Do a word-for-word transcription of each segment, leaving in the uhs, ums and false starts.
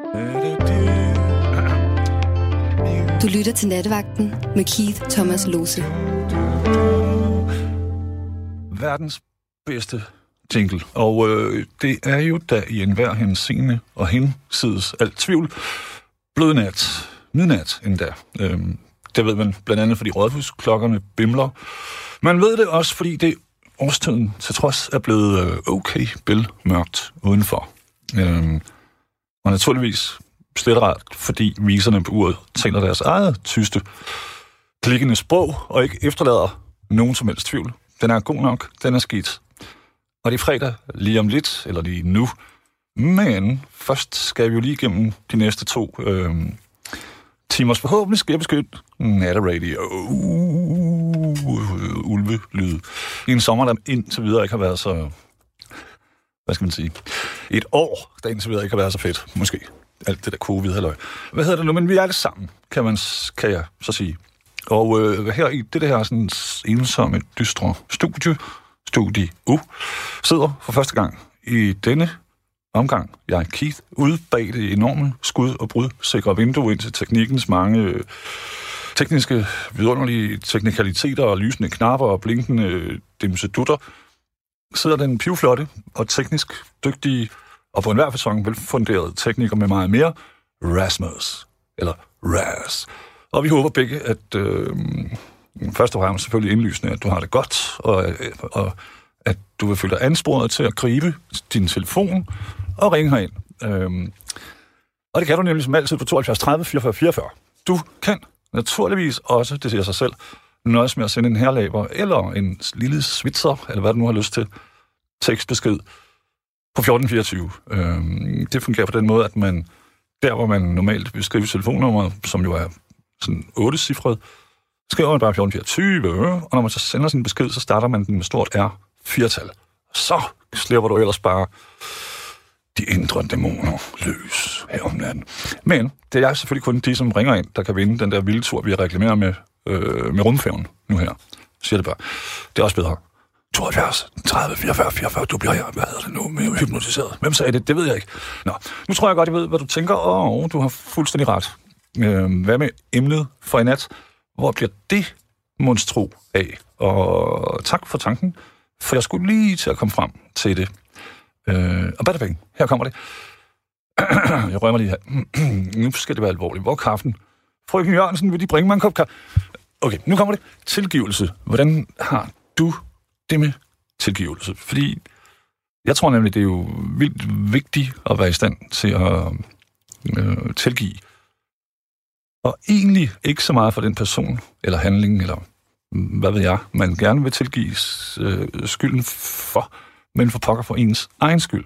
Du lytter til Nattevagten med Keith Thomas Lose. Verdens bedste jingle. Og øh, det er jo da i enhver henseende og hensides alt tvivl blød nat. Midnat endda. Øhm, det ved man blandt andet, fordi rådhusklokkerne bimler. Man ved det også, fordi det årstiden til trods er blevet øh, okay bælmørkt udenfor. Øhm, og naturligvis slet ret, fordi viserne på uret taler deres eget tyste, klikkende sprog, og ikke efterlader nogen som helst tvivl. Den er god nok, den er skidt. Og det er fredag lige om lidt, eller lige nu. Men først skal vi jo lige igennem de næste to øh, timers forhåbentlig skæbeskyt natteradio. Uh, ulvelyd. I en sommer, der indtil videre ikke har været så... Hvad skal man sige? Et år, der indtil videre ikke har været så fedt, måske. Alt det der covid, halløj. Hvad hedder det nu? Men vi er alle sammen, kan, man, kan jeg så sige. Og øh, her i det her sådan ensomme, dystre studie, studie U, sidder for første gang i denne omgang, jeg Keith, ude bag det enorme skud- og brudsikre vindue ind til teknikkens mange øh, tekniske, vidunderlige teknikaliteter og lysende knapper og blinkende øh, dimsedutter, sidder den pivflotte og teknisk dygtige og på enhver facon velfunderede tekniker med meget mere, Rasmus, eller Ras. Og vi håber begge, at øh, først og fremmest selvfølgelig indlysende, at du har det godt, og, og at du vil føle dig ansporet til at gribe din telefon og ringe herind. Øhm, og det kan du nemlig som altid på tooghalvfjerds tredive fireogfyrre fireogfyrre. Du kan naturligvis også, det siger sig selv, nøjes med at sende en herlaber eller en lille svitser, eller hvad du nu har lyst til, tekstbesked på fjorten fireogtyve. Øhm, det fungerer på den måde, at man der, hvor man normalt vil skrive telefonnummeret, som jo er sådan otte cifret, skriver man bare fjorten fireogtyve, og når man så sender sin besked, så starter man den med stort R, firetal. Så slipper du ellers bare de indre dæmoner løs her om natten. Men det er selvfølgelig kun de, som ringer ind, der kan vinde den der vilde tur, vi reklamerer med, øh, med rumfærgen nu her. Siger det bare. Det er også bedre. tooghalvfjerds tredive fireogfyrre fireogfyrre, du bliver, hvad hedder det nu, med hypnotiseret. Hvem sagde det? Det ved jeg ikke. Nå, nu tror jeg godt, jeg ved, hvad du tænker. Åh, oh, du har fuldstændig ret. Øh, hvad med emnet for i nat? Hvor bliver det monstro af? Og tak for tanken, for jeg skulle lige til at komme frem til det. Øh, og badabing, her kommer det. Jeg rører mig lige her. Nu skal det være alvorligt. Hvor er kaffen? Frøken Jørgensen, vil de bringe mig en kop kaffe? Okay, nu kommer det. Tilgivelse. Hvordan har du det med tilgivelse? Fordi jeg tror nemlig, det er jo vildt vigtigt at være i stand til at øh, tilgive. Og egentlig ikke så meget for den person, eller handling, eller hvad ved jeg, man gerne vil tilgive øh, skylden for, men for pokker for ens egen skyld.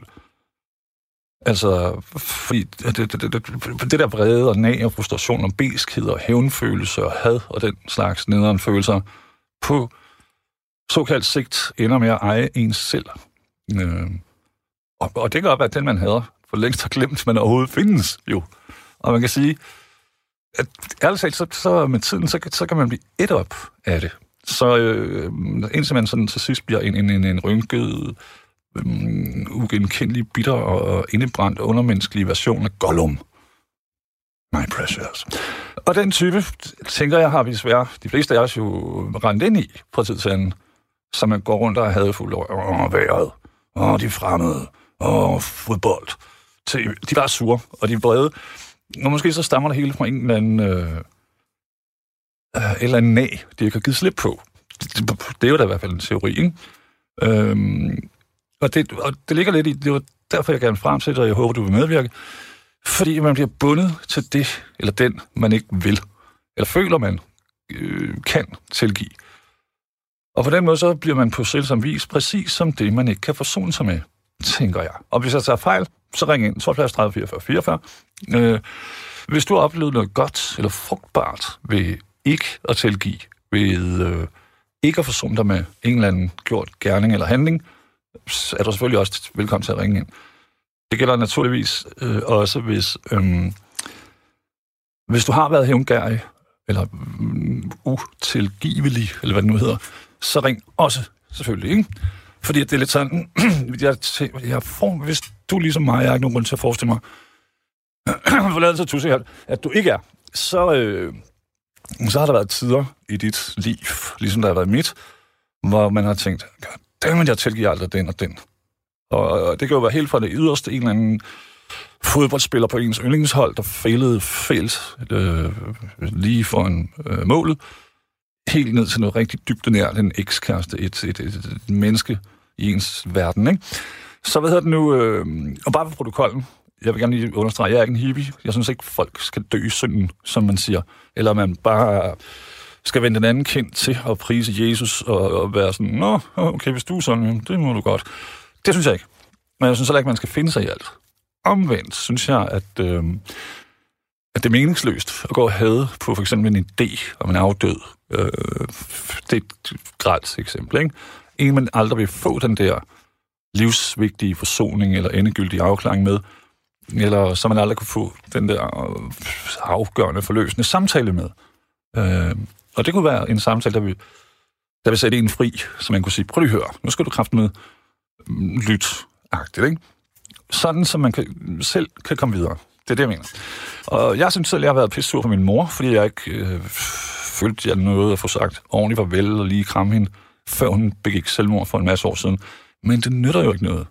Altså, fordi det, det, det, det, det der vrede og nag og frustration og beskhed og hævnfølelse og had og den slags nederen følelser på såkaldt sigt ender med at eje ens selv. Øh, og, og det kan godt være, at den man hader for længst har glemt, man overhovedet findes jo. Og man kan sige, at ærligt talt, så, så med tiden, så, så kan man blive et op af det. Så øh, indtil man sådan til sidst bliver en, en, en, en rynket, øh, ugenkendelig, bitter og indebrændt undermenneskelig version af Gollum. My precious. Og den type, tænker jeg, har vi desværre de fleste af os jo rendt ind i fra tid til anden, så man går rundt og er hadefuld over åh, vejret, åh, de fremmede, åh, fodbold. Til, de var sure, og de er brede. Og måske så stammer det hele fra en eller anden, øh, øh, eller anden nag, de ikke har givet slip på. Det, det, det er jo da i hvert fald en teori, ikke? Øhm, og, det, og det ligger lidt i, det var derfor, jeg gerne frem til det, og jeg håber, du vil medvirke. Fordi man bliver bundet til det, eller den, man ikke vil. Eller føler, man øh, kan tilgive. Og på den måde, så bliver man på selvsom vis præcis som det, man ikke kan forsone sig med, tænker jeg. Og hvis jeg tager fejl, så ring ind tooghalvfjerds tredive fireogfyrre fireogfyrre. Øh, hvis du har oplevet noget godt eller frugtbart ved ikke at tilgive, ved øh, ikke at forsone dig med en eller anden gjort gerning eller handling, så er du selvfølgelig også velkommen til at ringe ind. Det gælder naturligvis øh, også, hvis, øh, hvis du har været hævngærig, eller um, utilgivelig, eller hvad det nu hedder, så ring også, selvfølgelig, ikke? Fordi det er lidt sådan, jeg, jeg får, hvis du ligesom mig, jeg har ikke nogen grund til at forestille mig, forladelse tusse her, at du ikke er, så, øh, så har der været tider i dit liv, ligesom der har været mit, hvor man har tænkt, dammit, jeg tilgiver aldrig den og den. Og, og det kan jo være helt fra det yderste, en eller anden fodboldspiller på ens yndlingshold, der failede fælt øh, lige foran øh, målet, helt ned til noget rigtig dybt nært, en ekskæreste, et, et, et, et menneske i ens verden, ikke? Så hvad hedder det nu, øh, og bare for protokollen, jeg vil gerne lige understrege, jeg er ikke en hippie. Jeg synes ikke, folk skal dø i synden, som man siger. Eller man bare skal vende den anden kind til at prise Jesus og, og være sådan, nå, okay, hvis du er sådan, det må du godt. Det synes jeg ikke. Men jeg synes heller ikke, man skal finde sig i alt. Omvendt synes jeg, at, øh, at det er meningsløst at gå og hade på for eksempel en idé om en afdød. Øh, det er et grelt eksempel, ikke? En, man aldrig vil få den der livsvigtige forsoning eller endegyldige afklaring med, eller så man aldrig kunne få den der afgørende, forløsende samtale med. Øh, og det kunne være en samtale, der vil, der vil sætte en fri, så man kunne sige, prøv lige at høre, nu skal du kraft med lyt-agtigt, ikke? Sådan, så man kan, selv kan komme videre. Det er det, jeg mener. Og jeg synes selv, jeg har været pissur på min mor, fordi jeg ikke øh, følte, jeg nåede at få sagt ordentligt farvel og lige kramme hende, før hun begik selvmord for en masse år siden. Men det nytter jo ikke noget.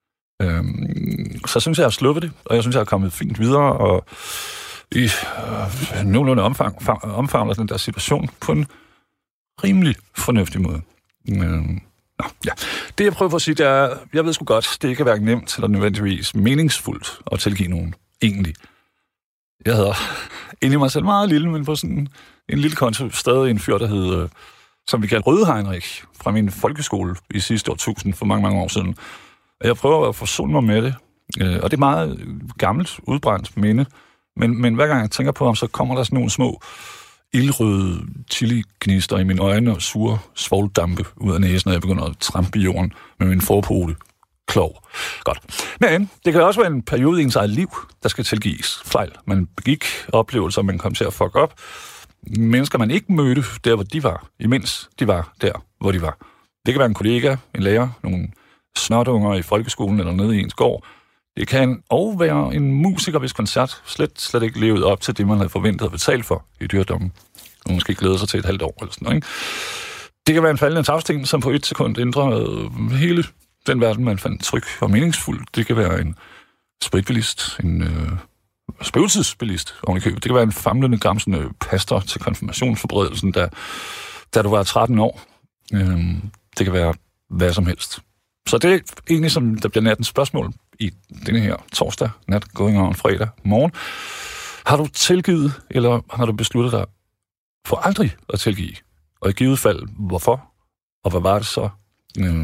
Øhm, så synes jeg, jeg har sluppet det, og jeg synes, jeg har kommet fint videre, og i øh, nogenlunde omfang, omfavner den der situation på en rimelig fornuftig måde. Øhm, nå, ja. Det, jeg prøver på at sige, det er, jeg ved sgu godt, det ikke er hverken nemt eller nødvendigvis meningsfuldt at tilgive nogen, egentlig. Jeg hedder egentlig mig selv meget lille, men på sådan en lille konto stadig en fyr, der hed, øh, som vi kaldte Røde Heinrich, fra min folkeskole i sidste årtusind, for mange, mange år siden. Og jeg prøver at forsone mig med det, øh, og det er meget gammelt, udbrændt minde, men, men hver gang jeg tænker på ham, så kommer der sådan nogle små ildrøde chili-gnister i mine øjne og sure svovldampe ud af næsen, når jeg begynder at trampe i jorden med min forpote klog. Godt. Men det kan også være en periode i ens eget liv, der skal tilgives fejl. Man begik oplevelser, man kom til at fuck op. Mennesker, man ikke mødte der, hvor de var, imens de var der, hvor de var. Det kan være en kollega, en lærer, nogle snotunger i folkeskolen eller nede i ens gård. Det kan også være en musiker, hvis koncert slet, slet ikke levede op til det, man havde forventet at betale for i dyrdommen. Og måske glæde sig til et halvt år eller sådan noget, ikke? Det kan være en faldende tagsten, som på et sekund ændrer hele den verden, man fandt tryg og meningsfuld. Det kan være en spritbilist, en øh, spøgelsesbilist oven i købet. Det kan være en famlende, gamsende pastor til konfirmationsforberedelsen, da, da du var tretten år. Øh, det kan være hvad som helst. Så det er egentlig, som der bliver nattens spørgsmål i denne her torsdag, nat, going on fredag morgen. Har du tilgivet, eller har du besluttet dig for aldrig at tilgive? Og i givet fald, hvorfor? Og hvad var det så? Øh,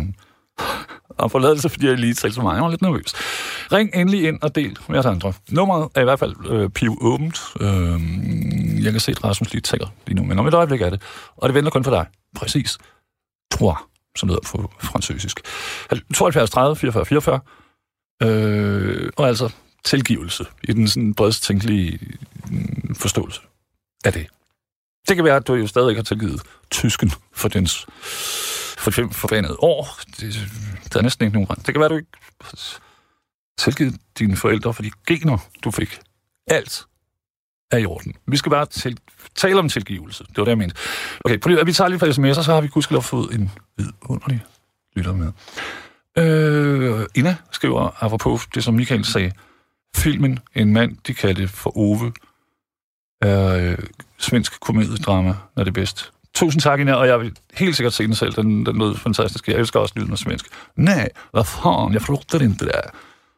og forladelse, fordi jeg lige talte så meget. Jeg var lidt nervøs. Ring endelig ind og del med os andre. Nummeret er i hvert fald øh, piv åbent. Øh, jeg kan se, at Rasmus lige taler lige nu, men om et øjeblik er det. Og det venter kun for dig. Præcis. Tror, som lyder på fransysisk. tooghalvfjerds tredive fireogfyrre fireogfyrre. Øh, og altså tilgivelse i den sådan bredest tænkelige forståelse af det. Det kan være, at du jo stadig ikke har tilgivet tysken for dens for fem forbandede år. Det, der er næsten ikke nogen rent. Det kan være, at du ikke tilgivet dine forældre for de gener, du fik. Alt er i orden. Vi skal bare til, tale om tilgivelse. Det var det, jeg mente. Okay, på det, vi tager lige fra sms'er, så har vi gudskelov fået en vidunderlig lytter med. Øh, Ina skriver, apropos det, som Michael sagde, filmen En mand, de kaldte for Ove, er øh, svensk komediedrama, når det er bedst. Tusind tak, Ina, og jeg vil helt sikkert se den selv. Den, den lød fantastisk. Jeg elsker også lyden af svensk. Nej, hvad fanden, jeg forlugter ikke der.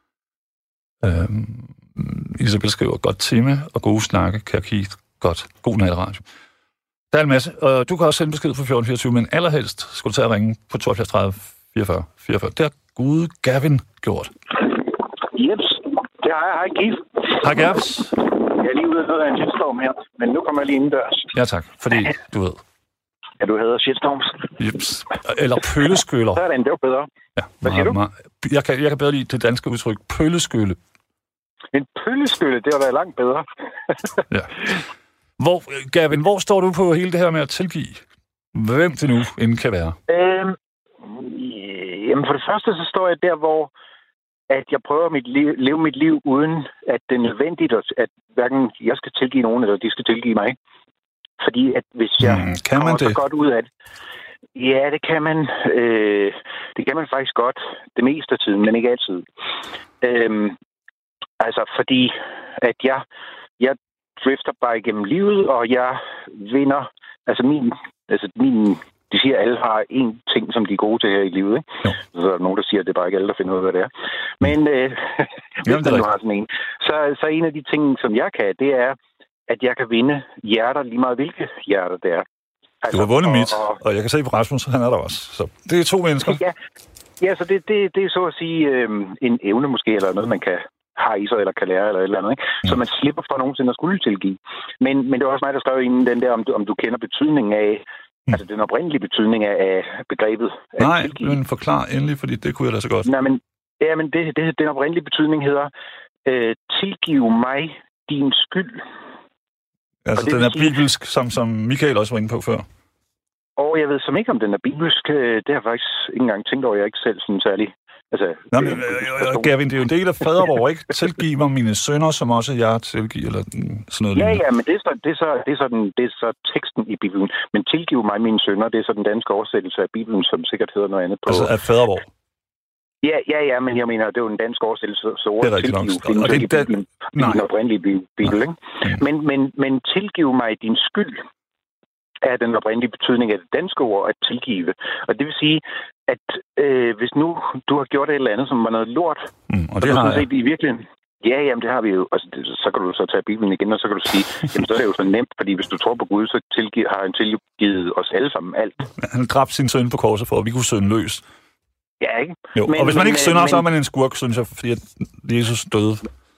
Øhm, Isabel skriver, godt tema og gode snakke, kan jeg kigge godt. God natradio. Der er en masse, og du kan også sende besked på fjorten fireogtyve, men allerhelst skulle du tage at ringe på tooghalvfjerds tredive fireogfyrre fireogfyrre. Det har Gud Gavin gjort. Jeps, det har jeg. Hej, Keith. Hej, Gavs. Jeg er lige ude af en shitstorm her, men nu kommer jeg lige indendørs. Ja, tak, fordi du ved. Ja, du hedder shitstorms. Jeps. Eller pølleskyller. Sådan, det var bedre. Ja, hvad siger du? Jeg kan, jeg kan bedre lide det danske udtryk, pølleskylle. En pølleskylle, det har været langt bedre. Ja. Hvor, Gavin, hvor står du på hele det her med at tilgive? Hvem det nu end kan være? Øhm, jamen for det første, så står jeg der, hvor at jeg prøver at liv, leve mit liv, uden at det er nødvendigt, at hverken jeg skal tilgive nogen, eller de skal tilgive mig. Fordi at hvis jeg hmm, kan man kommer det? så godt ud af det, ja, det kan man. Øh, det kan man faktisk godt det meste af tiden, men ikke altid. Øhm, altså, fordi at jeg, jeg drifter bare igennem livet, og jeg vinder. Altså, min, altså min, de siger, at alle har én ting, som de er gode til her i livet. Ikke? Ja. Så er der nogen, der siger, at det er bare ikke alle, der finder ud af, hvad det er. Men øh, hvis man nu har sådan en, så, så en af de ting, som jeg kan, det er, at jeg kan vinde hjerter, lige meget hvilke hjerter det er. Altså, du har vundet og, mit, og, og jeg kan se på Rasmus, han er der også. Så det er to mennesker. Ja, ja så det, det, det er så at sige øh, en evne måske, eller noget, man kan have i sig, eller kan lære, eller et eller andet. Ikke? Så man slipper fra nogensinde at skulle tilgive. Men, men det var også mig, der skrev inden den der, om du, om du kender betydningen af, mm. altså den oprindelige betydning af, af begrebet. Nej, men forklar endelig, fordi det kunne jeg da så godt. Nej, men, ja, men det, det, den oprindelige betydning hedder, øh, tilgive mig din skyld. Altså, den er sige, bibelsk, som, som Michael også var inde på før. Og jeg ved som ikke, om den er bibelsk. Det har jeg faktisk ikke engang tænkt over, jeg ikke selv sådan særlig. Altså, Nå, men, øh, Gavin, det er jo en del af fadervor, ikke? Tilgiv mig mine sønner, som også jeg tilgiver, eller sådan noget. Ja, ja, men det er, så, det, er så, det, er så den, det er så teksten i Bibelen. Men tilgiv mig mine sønner, det er så den danske oversættelse af Bibelen, som sikkert hedder noget andet på. Altså af fadervor? Ja, ja, ja, men jeg mener, det er jo en dansk oversættelse, så ordet tilgiv findes ikke i Bibelen, i den oprindelige Bibel, ikke? Mm. Men, men, men tilgiv mig din skyld er den oprindelige betydning af det danske ord at tilgive. Og det vil sige, at øh, hvis nu du har gjort et eller andet, som var noget lort, mm, og det har jeg. I virkeligheden, ja, jamen det har vi jo. Altså, det, så kan du så tage Bibelen igen, og så kan du sige, jamen så er det jo så nemt, fordi hvis du tror på Gud, så tilgive, har han tilgivet os alle sammen alt. Han dræbte sin søn på korset for, at vi kunne synde løs. Ja, ikke? Jo, men, og hvis man men, ikke synder, men, så er man en skurk, synes jeg, fordi at Jesus døde.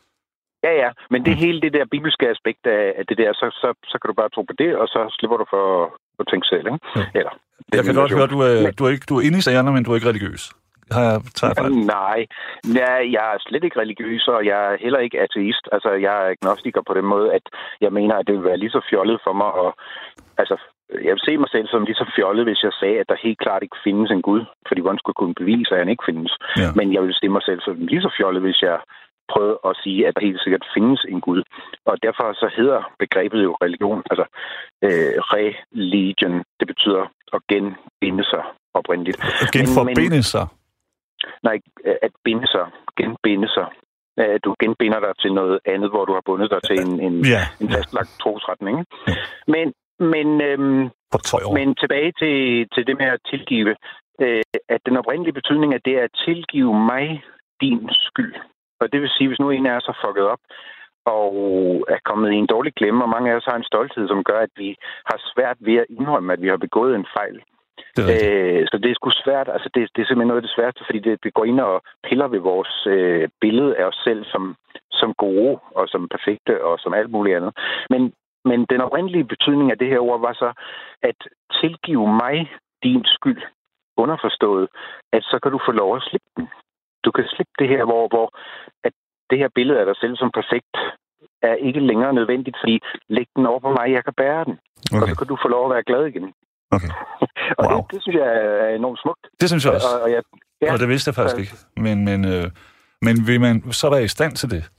Ja, ja, men det hele det der bibelske aspekt af, af det der, så, så, så kan du bare tro på det, og så slipper du for at tænke selv, ikke? Ja. Eller, jeg kan godt høre, at du er, men, du, er ikke, du er inde i sagerne, men du er ikke religiøs. Har jeg taget fejl? Nej, ja, jeg er slet ikke religiøs, og jeg er heller ikke ateist. Altså, jeg er agnostiker på den måde, at jeg mener, at det vil være lige så fjollet for mig. Og, altså, jeg vil se mig selv som lige så fjollet, hvis jeg sagde, at der helt klart ikke findes en Gud. Fordi hvordan skulle jeg kunne bevise, at han ikke findes? Ja. Men jeg vil se mig selv som lige så fjollet, hvis jeg prøvede at sige, at der helt sikkert findes en Gud. Og derfor så hedder begrebet jo religion. Altså, øh, religion, det betyder at genbinde sig oprindeligt. At genforbinde sig? Nej, at binde sig. Genbinde sig. At du genbinder dig til noget andet, hvor du har bundet dig til en, en, ja, en fastlagt trosretning. Ja. Men, men, øhm, men tilbage til, til det med at tilgive, øh, at den oprindelige betydning af det er at tilgive mig din skyld. Og det vil sige, hvis nu en af os har fucket op og er kommet i en dårlig klemme, og mange af os har en stolthed, som gør, at vi har svært ved at indrømme, at vi har begået en fejl. Det øh, så det er sgu svært. Altså det, det er simpelthen noget af det sværeste, fordi det, det går ind og piller ved vores øh, billede af os selv som, som gode og som perfekte og som alt muligt andet. Men, men den oprindelige betydning af det her ord var så, at tilgive mig din skyld. Underforstået, at så kan du få lov at slippe den. Du kan slippe det her, hvor, hvor at det her billede af dig selv som perfekt er ikke længere nødvendigt, fordi læg den over på mig, jeg kan bære den. Okay. Og så kan du få lov at være glad igen. Okay. og wow. det, det synes jeg er enormt smukt. Det synes jeg også. Og, og, jeg, ja, og det vidste jeg faktisk øh, ikke. Men, men, øh, men vil man så være i stand til det?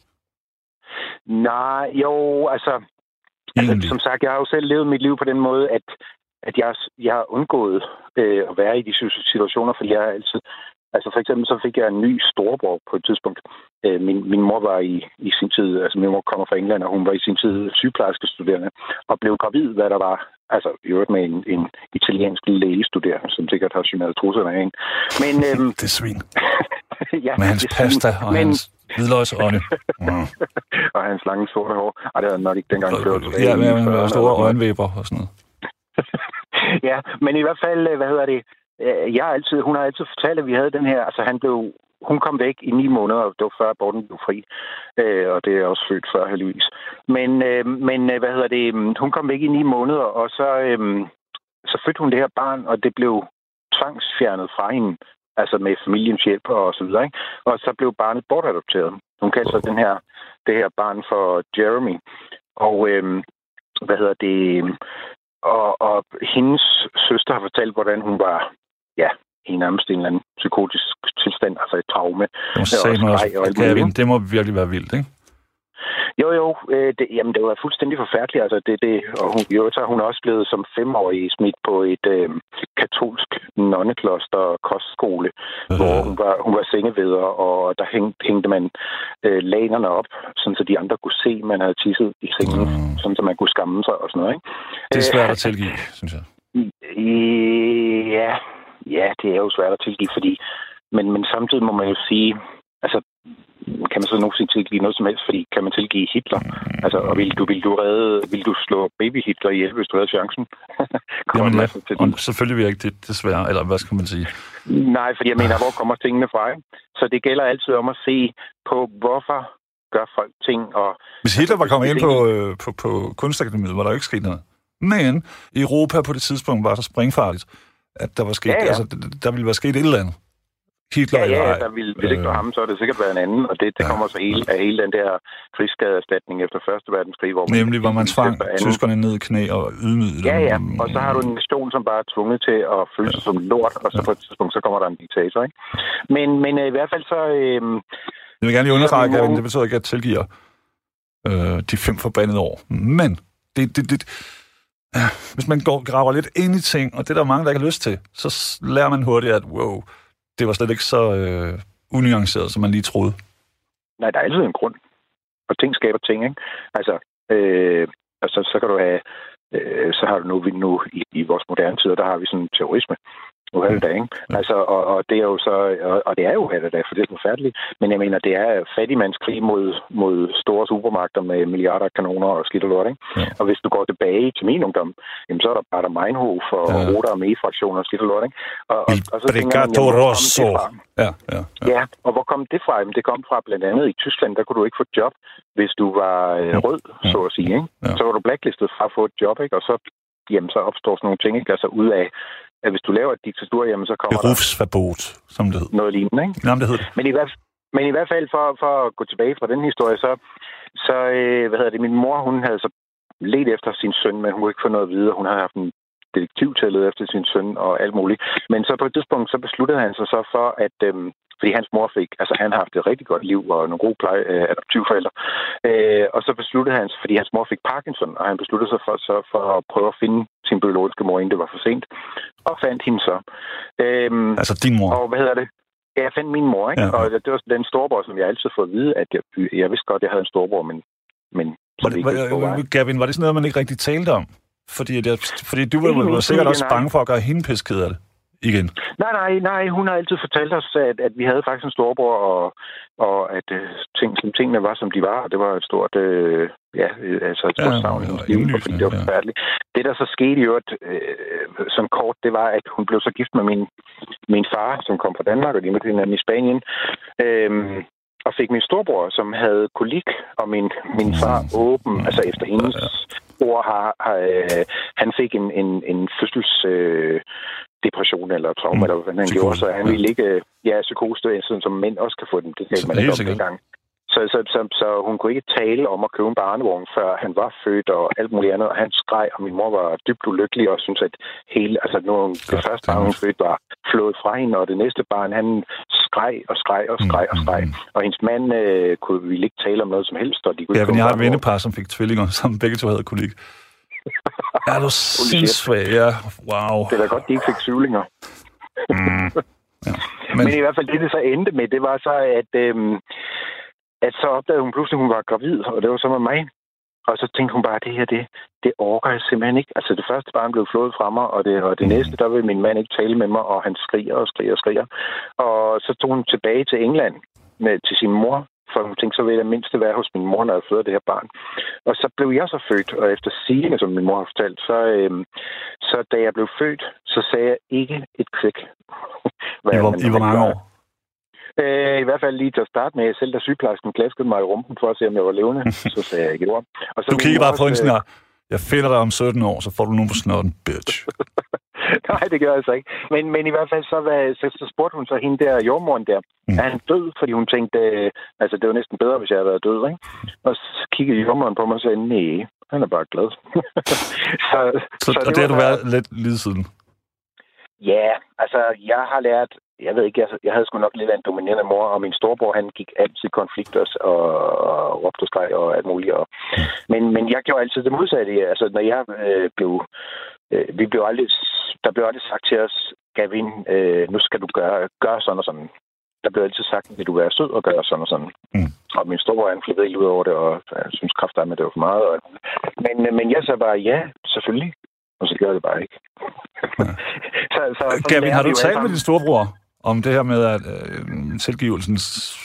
Nej, jo, altså, altså... Som sagt, jeg har jo selv levet mit liv på den måde, at, at jeg, jeg har undgået øh, at være i de situationer, fordi jeg har altid... Altså for eksempel så fik jeg en ny storebror på et tidspunkt. Øh, min, min mor var i, i sin tid, altså min mor kommer fra England, og hun var i sin tid sygeplejerskestuderende, og blev gravid, hvad der var, altså i øvrigt med en, en italiensk lægestuderende, som sikkert har generet trusserne af en. Men, øhm, det er svin. ja, med hans pasta svin. Og men... hans hvidløgsånde. Mm. og hans lange sorte hår. Ej, det havde nok ikke dengang blevet. Ja, med, med store øjenvæber og sådan noget. ja, men i hvert fald, hvad hedder det, Jeg har altid, hun har altid fortalt, at vi havde den her... Altså, han blev, hun kom væk i ni måneder, og det var før aborten blev fri. Øh, og det er også født før, heldigvis. Men, øh, men hvad hedder det... Hun kom væk i ni måneder, og så, øh, så fødte hun det her barn, og det blev tvangsfjernet fra hende. Altså med familiens hjælp og så videre, ikke? Og så blev barnet bortadopteret. Hun kaldte sig den her, det her barn for Jeremy. Og øh, hvad hedder det... Og, og hendes søster har fortalt, hvordan hun var... Ja, i nærmest en eller anden psykotisk tilstand, altså et traume. Det må, også, Gavin, det må virkelig være vildt, ikke? Jo, jo. Øh, det, jamen, det var fuldstændig forfærdeligt. Altså, det, det, og hun, jo, så er hun også blevet som femårig smidt på et øh, katolsk nonnekloster kostskole, øh. hvor hun var, hun var sengeveder, og der hæng, hængte man øh, lanerne op, sådan så de andre kunne se, at man havde tisset i sengen, øh. sådan så man kunne skamme sig og sådan noget, ikke? Det er svært at tilgive, synes jeg. Ja, ja, det er jo svært at tilgive, fordi... Men, men samtidig må man jo sige... Altså, kan man så nogensinde tilgive noget som helst, fordi kan man tilgive Hitler? Altså, og vil du, vil du redde, vil du slå baby Hitler ihjel, hvis du havde chancen? Jamen ja, og selvfølgelig vil jeg ikke det, desværre, eller hvad skal man sige? Nej, fordi jeg mener, hvor kommer tingene fra? Så det gælder altid om at se på, hvorfor gør folk ting, og... Hvis Hitler var kommet ind på, øh, på, på Kunstakademiet, var der jo ikke sket noget. Men Europa på det tidspunkt var så springfarligt, at der var sket, ja, ja. Altså, der ville være sket et eller andet. Hitler, ja, ja, der ville, hvis ikke var ham, så er det sikkert været en anden, og det, det ja. kommer så hele, af hele den der krigsskadeerstatning efter første verdenskrig, hvor man... Nemlig, hvor man tvang tyskerne ned i knæ og ydmygede dem. Ja, ja, og så har du en nation, som bare er tvunget til at føle sig ja. som lort, og så ja. på et tidspunkt, så kommer der en diktator, ikke? Men, men øh, i hvert fald så... Øh, jeg vil gerne lige understrege, at det betyder ikke, at jeg tilgiver øh, de fem forbandede år. Men det... det, det ja, hvis man går graver lidt ind i ting, og det er der mange, der ikke har lyst til, så lærer man hurtigt, at wow... Det var slet ikke så øh, unuanceret, som man lige troede. Nej, der er altid en grund. Og ting skaber ting, ikke? Altså, øh, altså så kan du have... Øh, så har du nu, nu i, i vores moderne tider, der har vi sådan terrorisme. Nu er det da, ikke? Ja. Altså, og, og det er jo så... Og, og det er jo her det da, for det er forfærdeligt. Men jeg mener, det er fattigmandskrig mod, mod store supermarkeder med milliarder af kanoner og skidt og lort, ikke? Ja. Og hvis du går tilbage til min ungdom, jamen, så er der bare der Meinhof og ja. Roter og Armee-fraktioner og skidt og lort, ikke? Og, og, og så tænker man, jamen, hvor kom det fra? Ja, ja, ja. ja, og hvor kom det fra? Jamen, det kom fra blandt andet i Tyskland, der kunne du ikke få job, hvis du var øh, rød, ja. så at sige, ikke? Ja. Så var du blacklistet fra at få et job, ikke? Og så, jamen, så opstår sådan nogle ting, ikke? Altså ud af at hvis du laver et diktatur, jamen så kommer Berufsverbot, som det hedder. Noget lignende, ikke? Jamen, det hedder det. Men i hvert, men i hvert fald, for, for at gå tilbage fra den historie, så, så øh, hvad hedder det, min mor, hun havde så let efter sin søn, men hun kunne ikke få noget at vide. Hun havde haft en detektiv til at lede efter sin søn og alt muligt. Men så på et tidspunkt, så besluttede han sig så for, at... Øh, fordi hans mor fik, altså han har haft et rigtig godt liv og nogle gode pleje, øh, adoptivforældre. Øh, og så besluttede han, fordi hans mor fik Parkinson, og han besluttede sig for, så for at prøve at finde sin biologiske mor, inden det var for sent. Og fandt hende så. Øh, altså din mor? Og hvad hedder det? Ja, jeg fandt min mor, ikke? Ja, ja. Og det var den storebror, som jeg altid får at vide, at jeg, jeg vidste godt, at jeg havde en storebror, men... men var det, var, Gavin, var det sådan noget, man ikke rigtig talte om? Fordi, det, fordi du var, var sikkert også bange for at gøre hende pisket af det. Igen. Nej, nej, nej. Hun har altid fortalt os, at, at vi havde faktisk en storebror, og, og at uh, ting, tingene var, som de var. Og det var et stort, uh, ja, altså et stort ja, savn i hendes liv, fordi det var ja. forfærdeligt. Det, der så skete jo, at, uh, sådan kort, det var, at hun blev så gift med min, min far, som kom fra Danmark, og de mødte hinanden i Spanien. Uh, og fik min storebror, som havde kolik, og min, min far åben, mm. altså efter hendes ja. ord, har, har, uh, han fik en, en, en fødsels... Uh, depression eller trauma, mm. eller hvad han gjorde, så han ville ikke, ja, psykose, sådan som mænd også kan få den. Det kan man ikke om dengang. Så, så, så, så hun kunne ikke tale om at købe en barnevogn, før han var født og alt muligt andet, og han skreg, og min mor var dybt ulykkelig og synes, at hele, altså nu, det første barn, hun fødte, var flået fra hende, og det næste barn, han skreg og skreg og skreg og skreg. Mm. Og hendes mand øh, kunne ville ikke tale om noget som helst, og de kunne ja, men jeg har et vennepar, som fik tvillinger, som begge to havde kolik. Ja, du sindssygt, ja. Wow. Det er da godt, de ikke fik syvlinger. Mm. Ja. Men... Men i hvert fald det, det så endte med, det var så, at, øhm, at så opdagede hun pludselig, at hun var gravid, og det var så med mig. Og så tænkte hun bare, at det her, det, det orker jeg simpelthen ikke. Altså det første barn blev flået fra mig, og det, og det mm. næste, der vil min mand ikke tale med mig, og han skriger og skriger og skriger. Og så tog hun tilbage til England med, til sin mor, for hun tænkte, så vil jeg mindst være hos min mor, når jeg føder det her barn. Og så blev jeg så født, og efter sigende, som min mor har fortalt, så, øhm, så da jeg blev født, så sagde jeg ikke et kvæk. I hvor, I hvor mange år? Øh, I hvert fald lige til at starte med, selv da sygeplejersken klaskede mig i rumpen for at se, om jeg var levende, så sagde jeg ikke et ord. Og så du kigger bare på en sådan her, jeg finder dig om sytten år, så får du nogen på snotten, bitch. Nej, det gør jeg altså ikke. Men, men i hvert fald så, var, så, så spurgte hun så hende der, jordmoren der, mm. er han død? Fordi hun tænkte, øh, altså det var næsten bedre, hvis jeg havde været død, ikke? Og så kiggede jordmoren på mig og sagde, nej, han er bare glad. så, så, så det og det har du været lidt lige siden? Ja, altså, jeg har lært... Jeg ved ikke, jeg, jeg havde sgu nok lidt af en dominerende mor, og min storebror, han gik altid konflikter og, og råbte streg og alt muligt. Og, men, men jeg gjorde altid det modsatte. Altså, når jeg øh, blev... Øh, vi blev aldrig... Der blev aldrig sagt til os, Gavin, øh, nu skal du gøre, gøre sådan og sådan. Der blev altid sagt, vil du være sød og gøre sådan og sådan. Mm. Og min storebror, han flippede helt ud over det, og jeg synes kraftigt, at det var for meget. Og, men, men jeg sagde bare, ja, selvfølgelig. Og så gjorde det bare ikke. Ja. så, så, Gavin, har du talt med din storebror om det her med at øh, tilgivelsens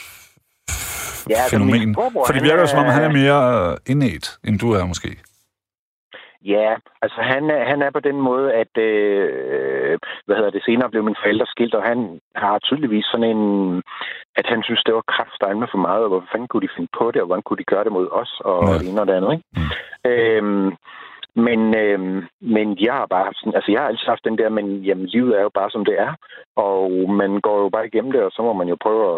ja, fænomen? For det virker jo som om, han er mere indet, end du er måske. Ja, altså han er, han er på den måde, at øh, hvad hedder det, senere blev mine forældre skilt, og han har tydeligvis sådan en, at han synes, det var kraftstejlende for meget, og hvor fanden kunne de finde på det, og hvordan kunne de gøre det mod os, og ja. det ene og det andet, ikke? Mm. Øhm, men, øhm, men jeg har bare haft sådan, altså jeg har altid haft den der, men jamen, livet er jo bare som det er, og man går jo bare igennem det, og så må man jo prøve at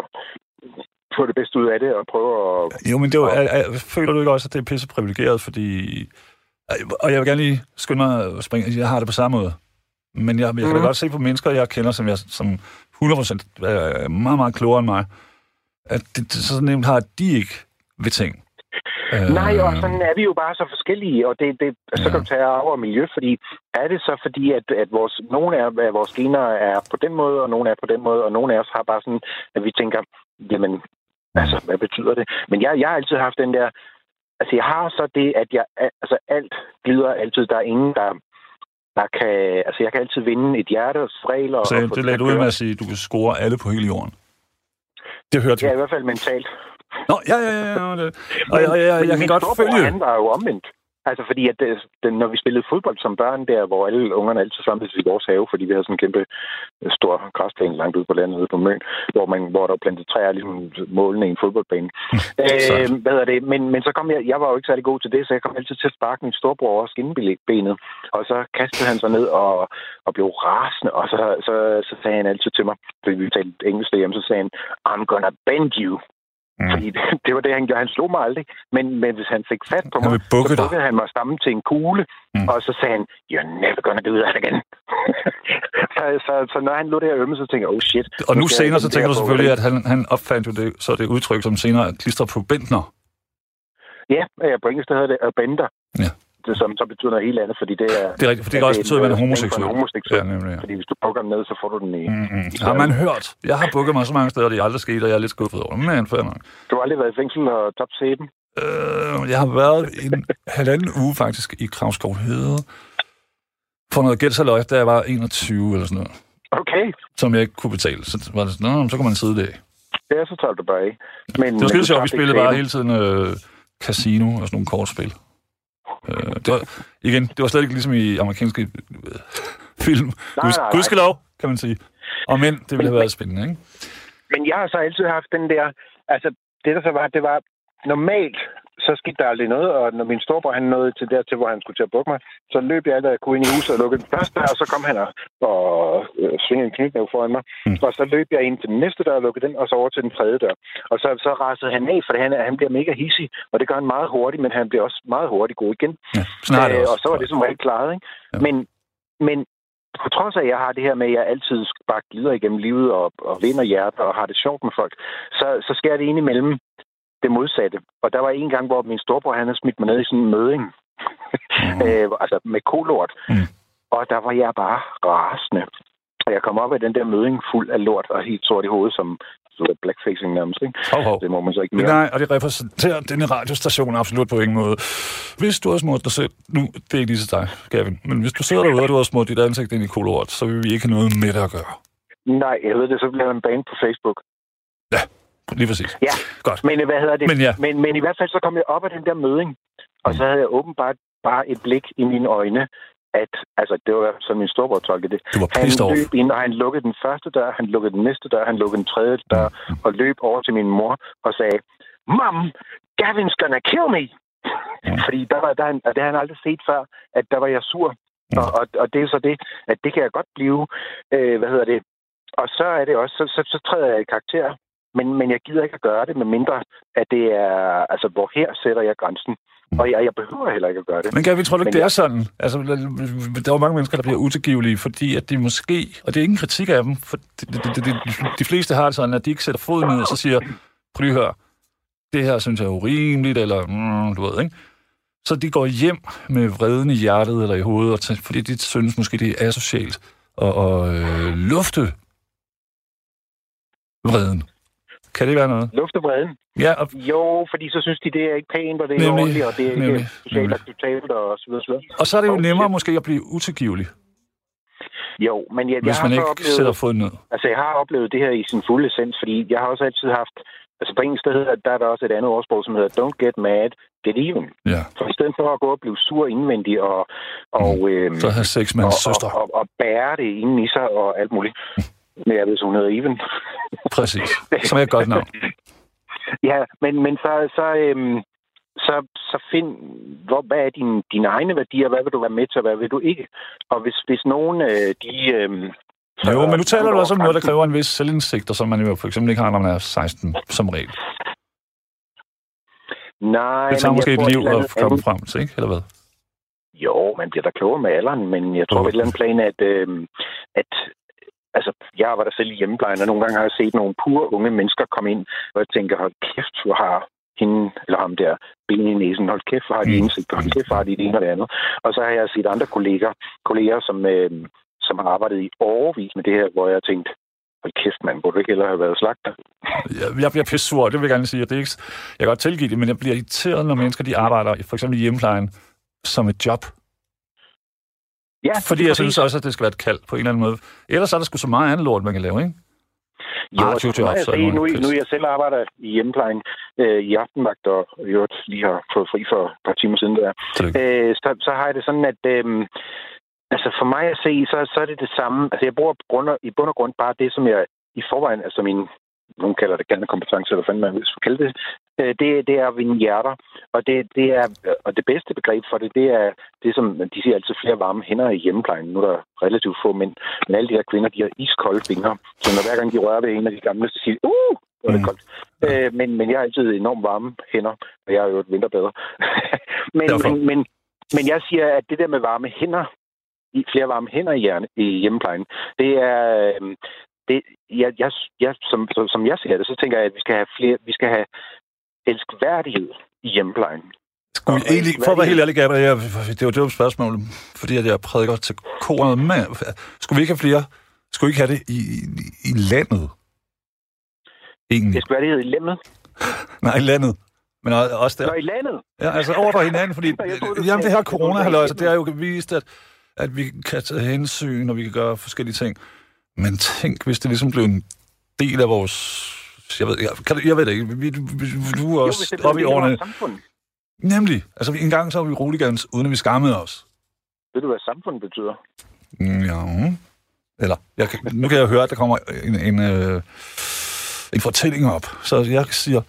få det bedste ud af det, og prøve at... Jo, men det var, og, jeg, føler du ikke også, at det er pisse privilegeret, fordi... Og jeg vil gerne lige skynde mig at springe. Jeg har det på samme måde. Men jeg, jeg kan mm. da godt se på mennesker, jeg kender, som, jeg, som hundrede procent er meget, meget klogere end mig, at det, så nemt har de ikke ved ting. Nej, og sådan er vi jo bare så forskellige, og det, det, så ja. kan du tage over miljø, fordi er det så fordi, at, at vores, nogle af vores gener er på den måde, og nogle er på den måde, og nogle af os har bare sådan, at vi tænker, jamen, altså, hvad betyder det? Men jeg, jeg har altid haft den der, altså, jeg har så det, at jeg, altså, alt glider altid. Der er ingen, der, der kan... Altså, jeg kan altid vinde et hjerte og fræl. Og, så og det lagde du ud med at sige, at du kan score alle på hele jorden? Det hørte ja, i hvert fald mentalt. Nå, ja, ja, ja. ja det. Og, og, og, jeg, jeg kan godt følge... Han var jo omvendt. Altså, fordi at det, det, når vi spillede fodbold som børn der, hvor alle ungerne altid samledes i vores have, fordi vi havde sådan en kæmpe stor græsplæne langt ude på landet ude på Møn, hvor, man, hvor der var plantet træer, ligesom målene i en fodboldbane. øh, hvad er det? Men, men så kom jeg, jeg var jo ikke særlig god til det, så jeg kom altid til at sparke min storebror over skinnebenet, og så kastede han sig ned og, og blev rasende, og så, så, så sagde han altid til mig, fordi vi talte engelsk derhjemme, så sagde han, I'm gonna bend you. Mm. Fordi det, det var det, han gjorde. Han slog mig aldrig. Men, men hvis han fik fat på mig, så bukkede han mig sammen til en kugle, mm. og så sagde han, you're never gonna do that again. så, så, så når han lå der ømme, så tænkte jeg, oh shit. Og nu senere, så tænker du selvfølgelig, at han, han opfandt jo det, så det udtryk, som senere klistrer på bentner. Ja, på engelsk hedder det bender. Ja. Det, som så betyder noget helt andet, fordi det er... Det er rigtigt, for det kan også betyde, at man er homoseksuel. homoseksuel. Ja, nemlig, ja. Fordi hvis du bukker den ned, så får du den i... Mm-hmm. i har man hørt? Jeg har bukket mig så mange steder, det er aldrig sket, og jeg er lidt skuffet over det. Men fair nok. Du har aldrig været i fængsel og tabt sæben? Øh, jeg har været en halvanden uge faktisk i Kravskov Hede for noget gældsaløj, da jeg var enogtyve eller sådan noget. Okay. Som jeg ikke kunne betale. Så var det sådan, nå, så kunne man sidde der. Ja, så tager du bare af. Men, det var skide sjovt, vi spillede bare hele tiden øh, casino og sådan nogle kortspil. Uh, det var, igen, det var slet ikke ligesom i amerikanske uh, film. Gudskelov, kan man sige. Og men, det ville have været spændende, ikke? Men jeg har så altid haft den der... Altså, det der så var, det var normalt, så skete der aldrig noget, og når min storebror, han nåede til der til, hvor han skulle til at bukke mig, så løb jeg alt, jeg kunne ind i huset og lukkede den første dør, og så kom han og, og øh, svingede en knytnæve foran mig. Mm. Og så løb jeg ind til den næste dør og lukkede den, og så over til den tredje dør. Og så, så rasede han af, for han, han bliver mega hissig, og det gør han meget hurtigt, men han bliver også meget hurtigt god igen. Ja, snart øh, og så var det som rigtig klaret, ikke? Ja. Men, men på trods af, at jeg har det her med, at jeg altid bare glider igennem livet og, og vinder hjerter og har det sjovt med folk, så, så sker det ind imellem det modsatte. Og der var en gang, hvor min storebror, han havde smidt mig ned i sådan en møding. Mm. øh, altså med kolort. Mm. Og der var jeg bare rasende. Og jeg kom op af den der møding fuld af lort og helt sort i hovedet, som blackfacing nærmest, ikke? Hov, hov. Det må man så ikke mere. Nej, og det repræsenterer denne radiostation absolut på ingen måde. Hvis du har smurt dig selv... Nu, det er ikke lige til dig, Gavin. Men hvis du sidder derude, og du har smurt dit ansigt ind i kolort, så vil vi ikke have noget med det at gøre. Nej, jeg ved det, så bliver man banned på Facebook. Ja, lige præcis. Ja, godt. Men hvad hedder det? Men, ja. men, men i hvert fald så kom jeg op af den der møding, og så havde jeg åbenbart bare et blik i mine øjne, at, altså, det var som min storebror tolkede det. Han løb ind, og han lukkede den første dør, han lukkede den næste dør, han lukkede den tredje dør, mm. og løb over til min mor og sagde, Mom, Gavin's gonna kill me! Mm. Fordi der var, der, det har han aldrig set før, at der var jeg sur. Mm. Og, og, og det er så det, at det kan jeg godt blive, øh, hvad hedder det, og så er det også, så, så, så træder jeg i karakter, men, men jeg gider ikke at gøre det, med mindre, at det er, altså, hvor her sætter jeg grænsen. Mm. Og jeg, jeg behøver heller ikke at gøre det. Men Gavin, tror du ikke, det er sådan? Altså, der er jo mange mennesker, der bliver utilgivelige, fordi at de måske, og det er ingen kritik af dem, for de, de, de, de, de fleste har det sådan, at de ikke sætter foden ned, og så siger, prøv lige at høre, det her synes jeg er urimeligt, eller mm, du ved, ikke? Så de går hjem med vreden i hjertet eller i hovedet, og t- fordi de synes måske, det er asocialt at og, øh, lufte vreden. Kan det være noget? Lufte vreden? Ja. Og... Jo, fordi så synes de, det er ikke pænt, og det er nemlig, ordentligt, og det er nemlig, ikke socialt acceptabelt, og så videre, så videre. Og så er det jo nemmere måske at blive utilgivelig. Jo, men jeg, hvis jeg man har ikke oplevet, sætter foden ned. Altså, jeg har oplevet det her i sin fulde essens, fordi jeg har også altid haft... Altså, på engelsk, der, hedder, der er der også et andet ordsprog, som hedder don't get mad, get even. Ja. For i stedet for at gå og blive sur indvendig og... og mm. øhm, så have sex med hans søster. Og, og, og bære det inden i sig og alt muligt. Men jeg ved, så hun hedder Even. Præcis. Som er et godt navn. Ja, men, men så... så øhm, Så, så find, hvor, hvad er dine, dine egne værdier, hvad vil du være med til, og hvad vil du ikke? Og hvis, hvis nogen, øh, de... Øh, jo, men nu taler du også om noget, der kræver en vis selvindsigt, og som man jo for eksempel ikke har, når man er seksten, som regel. Nej, det tager men måske jeg et liv tror, at komme frem til, ikke? Eller hvad? Jo, man bliver da klogere med alderen, men jeg tror på et eller andet plan, at, øh, at altså, jeg arbejder selv i hjemmeplejen, og nogle gange har jeg set nogle pure unge mennesker komme ind, og jeg tænker, hold kæft, hvor har hende, eller ham der, ben i næsen, hold kæft, hvor har de indsigt, hold kæft, hvor har de det ene og det andet. Og så har jeg set andre kolleger, kolleger som, øh, som har arbejdet i årevis med det her, hvor jeg har tænkt, hold kæft, man, burde du ikke hellere have været slagter? Jeg, jeg bliver pissur, det vil jeg gerne sige. Det er ikke, jeg kan godt tilgive det, men jeg bliver irriteret, når mennesker de arbejder, for eksempel i hjemmeplejen, som et job. Ja, fordi jeg synes også, at det skal være et kald på en eller anden måde. Ellers er der sgu så meget andet lort, man kan lave, ikke? Jo, altså, jeg sige, nu, nu jeg selv arbejder i hjemmeplejen øh, i aftenvagt, og jeg lige har fået fri for et par timer siden der, øh, så, så har jeg det sådan, at øh, altså for mig at se, så, så er det det samme. Altså jeg bruger grund, i bund og grund bare det, som jeg i forvejen, altså min, nogen kalder det kernekompetence, eller hvad fanden man vil kalde det, øh, det, det er at vinde hjerter. Og det, det er, og det bedste begreb for det, det er det, som de siger altid flere varme hænder i hjemmeplejen. Nu er der relativt få mænd, men alle de her kvinder, de har iskolde fingre. Så når hver gang de rører ved en af de gamle, så siger de, uh, hvor er det koldt. Mm. Øh, men, men jeg har altid enormt varme hænder, og jeg er jo et vinterbader. men, men, men, men jeg siger, at det der med varme hænder, flere varme hænder i, hjerne, i hjemmeplejen, det er... Øh, det, jeg, jeg, jeg, som, som jeg ser det, så tænker jeg, at vi skal have flere, vi skal have elskværdighed i hjemmeplejen. Skulle vi egentlig, for at være helt ærlig, Gabriel, det var et dumt spørgsmål, fordi at jeg prædiker til koret, men skulle vi ikke have flere, skulle vi ikke have det i, i, i landet? Egentlig. Elskværdighed i landet? Nej, i landet. Men også der. Nå, i landet? Ja, altså over for hinanden, fordi jamen, det her corona-halløj, altså, det er jo vist, at, at vi kan tage hensyn, og vi kan gøre forskellige ting. Men tænk, hvis det ligesom blev en del af vores... Jeg ved, jeg, kan, jeg ved det ikke. Vi, vi, du er også jo, oppe i årene. Nemlig. Altså, en gang så var vi roligans, uden at vi skammede os. Ved du, hvad samfund betyder? Ja. Eller, jeg, nu kan jeg høre, at der kommer en, en, øh, en fortælling op. Så jeg siger...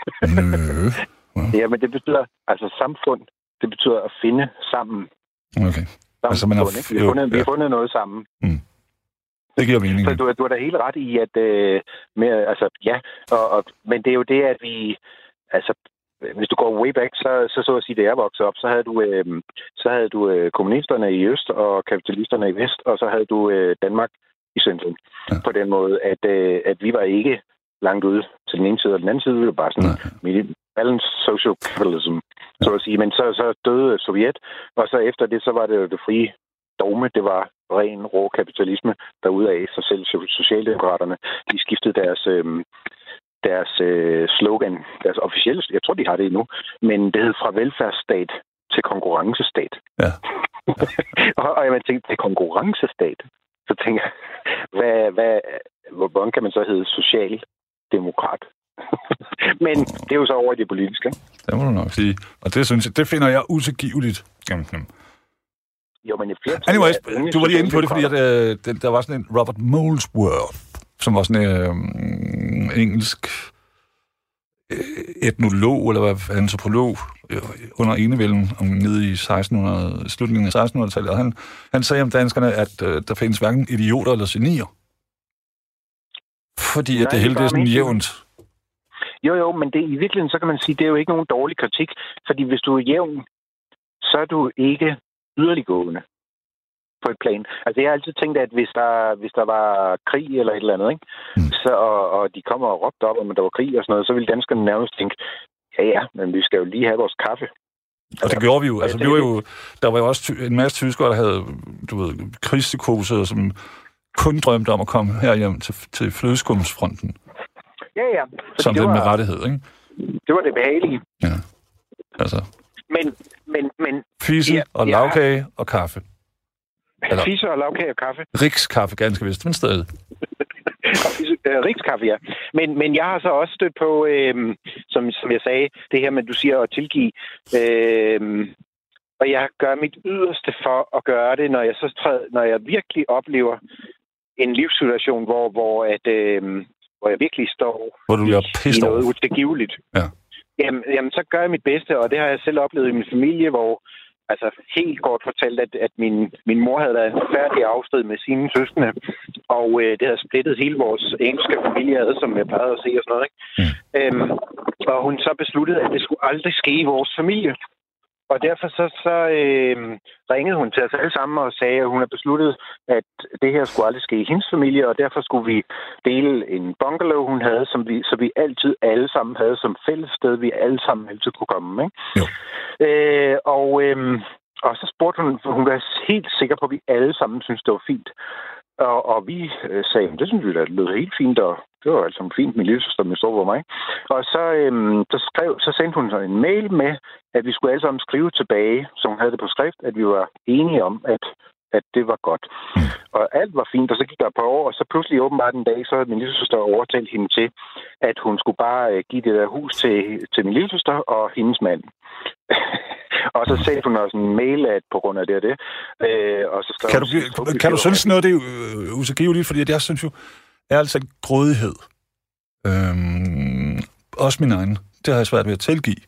Nø. Ja, men det betyder... Altså, samfund, det betyder at finde sammen. Okay. Samfund, altså, man har, vi, har fundet, jo, ja. vi har fundet noget sammen. Mm. Det giver mening. Så du, du er da helt ret i, at... Øh, med, altså, ja, og, og, men det er jo det, at vi... Altså, hvis du går way back, så så, så at sige, da jeg voksede op, så havde du, øh, så havde du øh, kommunisterne i øst og kapitalisterne i vest, og så havde du øh, Danmark i centrum. Ja. På den måde, at, øh, at vi var ikke langt ude til den ene side og den anden side. Vi var bare sådan balance social capitalism, ja. Så at sige. Men så, så døde Sovjet, og så efter det, så var det jo det frie dogme. Det var ren, rå kapitalisme derudaf. Så selv Socialdemokraterne, de skiftede deres... Øh, deres øh, slogan, deres officielle, jeg tror, de har det endnu, men det hed fra velfærdsstat til konkurrencestat. Ja. Ja. og, og jeg tænkte, det er konkurrencestat. Så tænker jeg, hvad, hvad, hvordan kan man så hedde socialdemokrat? men det er jo så over i det politiske. Det må du nok sige. Og det synes jeg, det finder jeg utilgiveligt. Jo, men et flertal... Anyways, du var lige inde på det, fordi at, øh, der var sådan en Robert Molesworth, som var sådan en øh, engelsk øh, etnolog, eller hvad, antropolog, øh, under enevælden, om nede i sekstenhundrede, slutningen af sekstenhundredetallet. Han, han sagde om danskerne, at øh, der findes hverken idioter eller genier. Fordi Nej, at det hele det er sådan jævnt. Jo, jo, men det, i virkeligheden, så kan man sige, det er jo ikke nogen dårlig kritik, fordi hvis du er jævn, så er du ikke yderliggående på et plan. Altså, jeg har altid tænkt, at hvis der, hvis der var krig eller et eller andet, ikke? Mm. Så, og, og de kommer og råbte op, om der var krig og sådan noget, så ville danskerne nærmest tænke, ja, ja, men vi skal jo lige have vores kaffe. Og det gjorde vi jo. Altså, vi var jo, der var jo også en masse tyskere, der havde, du ved, krigspsykose, som kun drømte om at komme herhjem til, til flødeskumsfronten. Ja, ja. Som det, det med rettighed, ikke? Det var det behagelige. Ja, altså. Men, men, men... Fisse ja, og lavkage ja. og kaffe. Eller, fisse og lavkage og kaffe. Rikskaffe, ganske vist, men stadig. Rikskaffe, ja. Men, men jeg har så også stødt på, øh, som, som jeg sagde, det her med, du siger at tilgive. Øh, og jeg gør mit yderste for at gøre det, når jeg så træder, når jeg virkelig oplever en livssituation, hvor, hvor, at, øh, hvor jeg virkelig står hvor du bliver pissed i noget utilgiveligt. Ja. Jamen, jamen, så gør jeg mit bedste, og det har jeg selv oplevet i min familie, hvor altså helt kort fortalt, at, at min, min mor havde været en færdig afstrid med sine søskende, og øh, det havde splittet hele vores engelske familie ad, som jeg plejede at se og sådan noget, ikke? Mm. Øhm, og hun så besluttede, at det skulle aldrig ske i vores familie. Og derfor så, så øh, ringede hun til os alle sammen og sagde, at hun havde besluttet, at det her skulle aldrig ske i hendes familie, og derfor skulle vi dele en bungalow, hun havde, som vi, så vi altid alle sammen havde som fælles sted, vi alle sammen altid kunne komme. Ikke? Jo. Øh, og, øh, og så spurgte hun, for hun var helt sikker på, at vi alle sammen syntes, det var fint. Og, og vi øh, sagde, det synes vi da lød helt fint, og det var altså fint, min lillesøster med stor for mig. Og så, øhm, så, skrev, så sendte hun så en mail med, at vi skulle alle sammen skrive tilbage, så hun havde det på skrift, at vi var enige om, at, at det var godt. Mm. Og alt var fint, og så gik der et par år, og så pludselig åbenbart en dag, så havde min lillesøster overtalt hende til, at hun skulle bare øh, give det der hus til, til min lillesøster og hendes mand. Og så sendte hun også en mail, at på grund af det og det. Øh, og så kan, du, hun, kan du synes noget, det er øh, utilgiveligt? Fordi jeg synes jo, ærligt sagt, grådighed. Øhm, også min egen. Det har jeg svært ved at tilgive.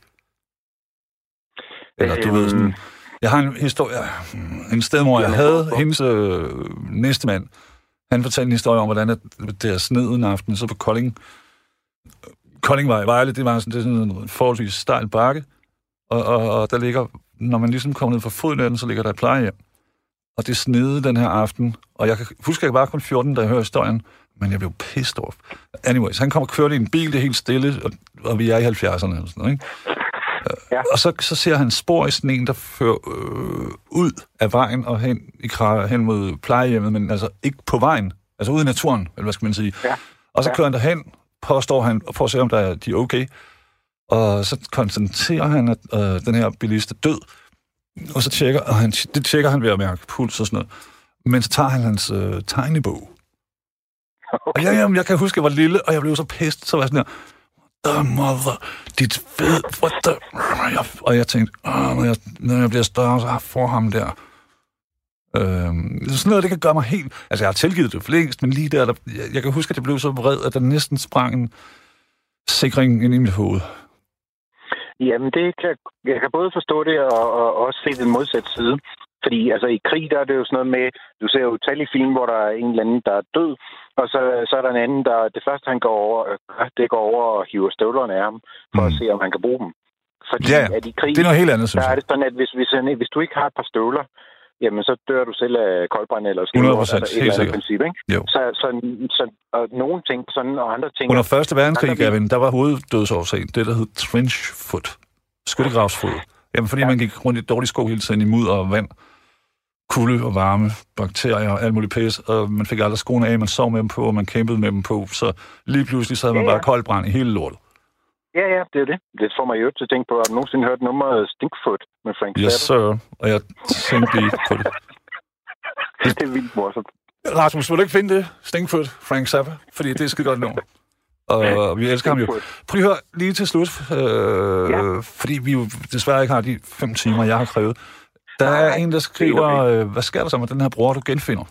Eller du øhm, ved sådan... Jeg har en historie... En stedmor, jeg havde, hendes øh, næste mand, han fortalte en historie om, hvordan det der sned en aften, så på Kolding... Koldingvej, Vejle, det var sådan, det er sådan en forholdsvis stejl bakke. Og, og, og der ligger, når man ligesom kommer ned fra foden af den, så ligger der et plejehjem. Og det snede den her aften, og jeg kan huske, jeg var kun fjorten, da jeg hørte historien, men jeg blev pissed off. Anyways, han kommer og kører i en bil, det er helt stille, og, og vi er i halvfjerdserne eller sådan noget, ikke? Ja. Og så, så ser han spor i sneen, der fører øh, ud af vejen og hen, i, hen mod plejehjemmet, men altså ikke på vejen, altså ude i naturen, eller hvad skal man sige. Ja. Og så kører han derhen, påstår han, for at se, om der er, de er okay. Og så konstaterer han, at øh, den her bilist er død. Og så tjekker og han, det tjekker han ved at mærke puls og sådan noget. Men så tager han hans øh, tegnebog. Okay. Og jeg, jeg, jeg kan huske, at jeg var lille, og jeg blev så pissed, så var jeg sådan her, the mother, dit fed, what the... Og jeg tænkte, når jeg, når jeg bliver større, så får ham der. Øhm, sådan noget, det kan gøre mig helt... Altså, jeg har tilgivet det for længst, men lige der, der jeg, jeg kan huske, at jeg blev så vred, at der næsten sprang en sikring ind i mit hoved. Jamen, det kan, jeg kan både forstå det og, og også se den modsatte side. Fordi altså, i krig, der er det jo sådan noget med, du ser jo tal i film, hvor der er en eller anden, der er død, og så, så er der en anden, der det første, han går over, det går over og hiver støvlerne af ham, for mm. at se, om han kan bruge dem. Fordi ja, at i krig, det er noget helt andet, synes jeg. Der er det sådan, at hvis, hvis, hvis du ikke har et par støvler, jamen så dør du selv af koldbrand eller skidt. hundrede procent, helt sikkert. Princip, ikke? Så, så, så og nogle ting sådan, og andre ting... Under første verdenskrig, Gavin, der var hoveddødsårsagen, det der hed trench foot. Skyttegravsfod. Jamen, fordi ja. man gik rundt i dårlig sko hele tiden i mudder og vand, kulde og varme, bakterier og alt muligt pæs, og man fik aldrig skoene af, man sov med dem på, og man kæmpede med dem på, så lige pludselig så havde man ja, ja. bare koldbrand i hele lortet. Ja, ja, det er det. Det får mig jo til at tænke på, at du nogensinde hørt nummeret Stinkfoot med Frank Zappa. Yes, sir. Og jeg tænkte lige på det. Det, det er vildt morsomt. Rasmus, vil du ikke finde det? Stinkfoot, Frank Zappa? Fordi det er skide godt nummer. Og vi elsker ham jo. Prøv lige at høre lige til slut, øh, ja. fordi vi jo desværre ikke har de fem timer, jeg har krævet. Der er Nej, en, der skriver, øh, hvad sker der så med den her bror, du genfinder?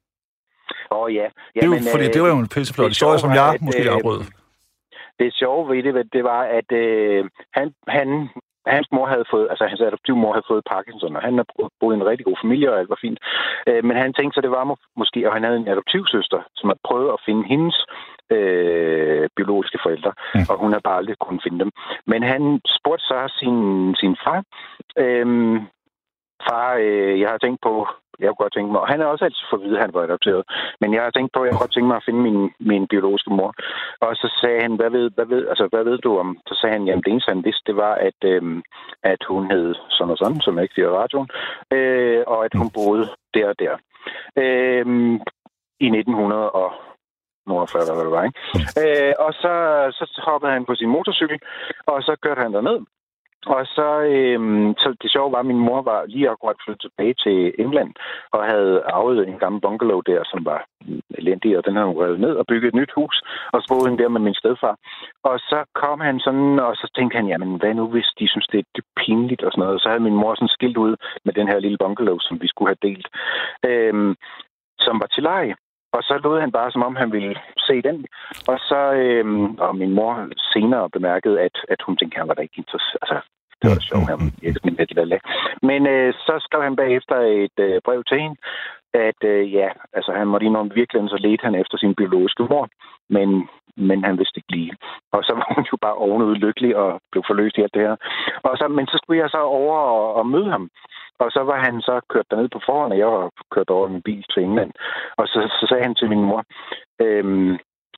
Åh oh, ja. ja det, er jo, men, fordi øh, det var jo en pisseflot historie, som jeg at, måske øh, afbrød. Det sjove ved det, det var, at øh, han, han, hans mor havde fået, altså hans adoptivmor havde fået Parkinson, og han har boet i en rigtig god familie, og alt var fint. Øh, men han tænkte sig, det var måske, og han havde en adoptivsøster, som havde prøvet at finde hendes øh, biologiske forældre, mm. og hun har bare aldrig kunnet finde dem. Men han spurgte så sin, sin far, øh, far, øh, jeg har tænkt på, jeg kunne godt tænke mig, og han er også altid for at vide, at han var adopteret, men jeg har tænkt på, at jeg kunne godt tænke mig at finde min, min biologiske mor. Og så sagde han, hvad ved, hvad ved, altså, hvad ved du om? Så sagde han, jamen det eneste han vidste, det var, at, øhm, at hun hed sådan og sådan, som jeg ikke siger i radioen, øh, og at hun boede der og der. Øh, I nitten hundrede og fyrre, hvad det var, ikke? Øh, og så, så hoppede han på sin motorcykel, og så kørte han derned. Og så, øhm, så det sjove var, at min mor var lige akkurat flyttet tilbage til England og havde arvet en gammel bungalow der, som var elendig, og den havde hun revet ned og bygget et nyt hus, og så boede han der med min stedfar. Og så kom han sådan, og så tænkte han, jamen hvad nu, hvis de synes, det er pinligt og sådan noget. Og så havde min mor sådan skilt ud med den her lille bungalow, som vi skulle have delt, øhm, som var til leje. Og så lod han bare, som om han ville se den. Og så, øhm, og min mor senere bemærkede, at, at hun tænkte, at han var da ikke interesseret. Altså, det var sjovt, han elskede min lidt. Men øh, så skrev han bagefter et øh, brev til hende, at øh, ja, altså han måtte indrømme virkelig, så ledte han efter sin biologiske mor, men, men han vidste ikke lige. Og så var hun jo bare ovenud lykkelig og blev forløst i alt det her. Og så, men så skulle jeg så over og, og møde ham. Og så var han så kørt derned på forhånd, og jeg var kørt over min bil til England. Og så, så sagde han til min mor, øhm,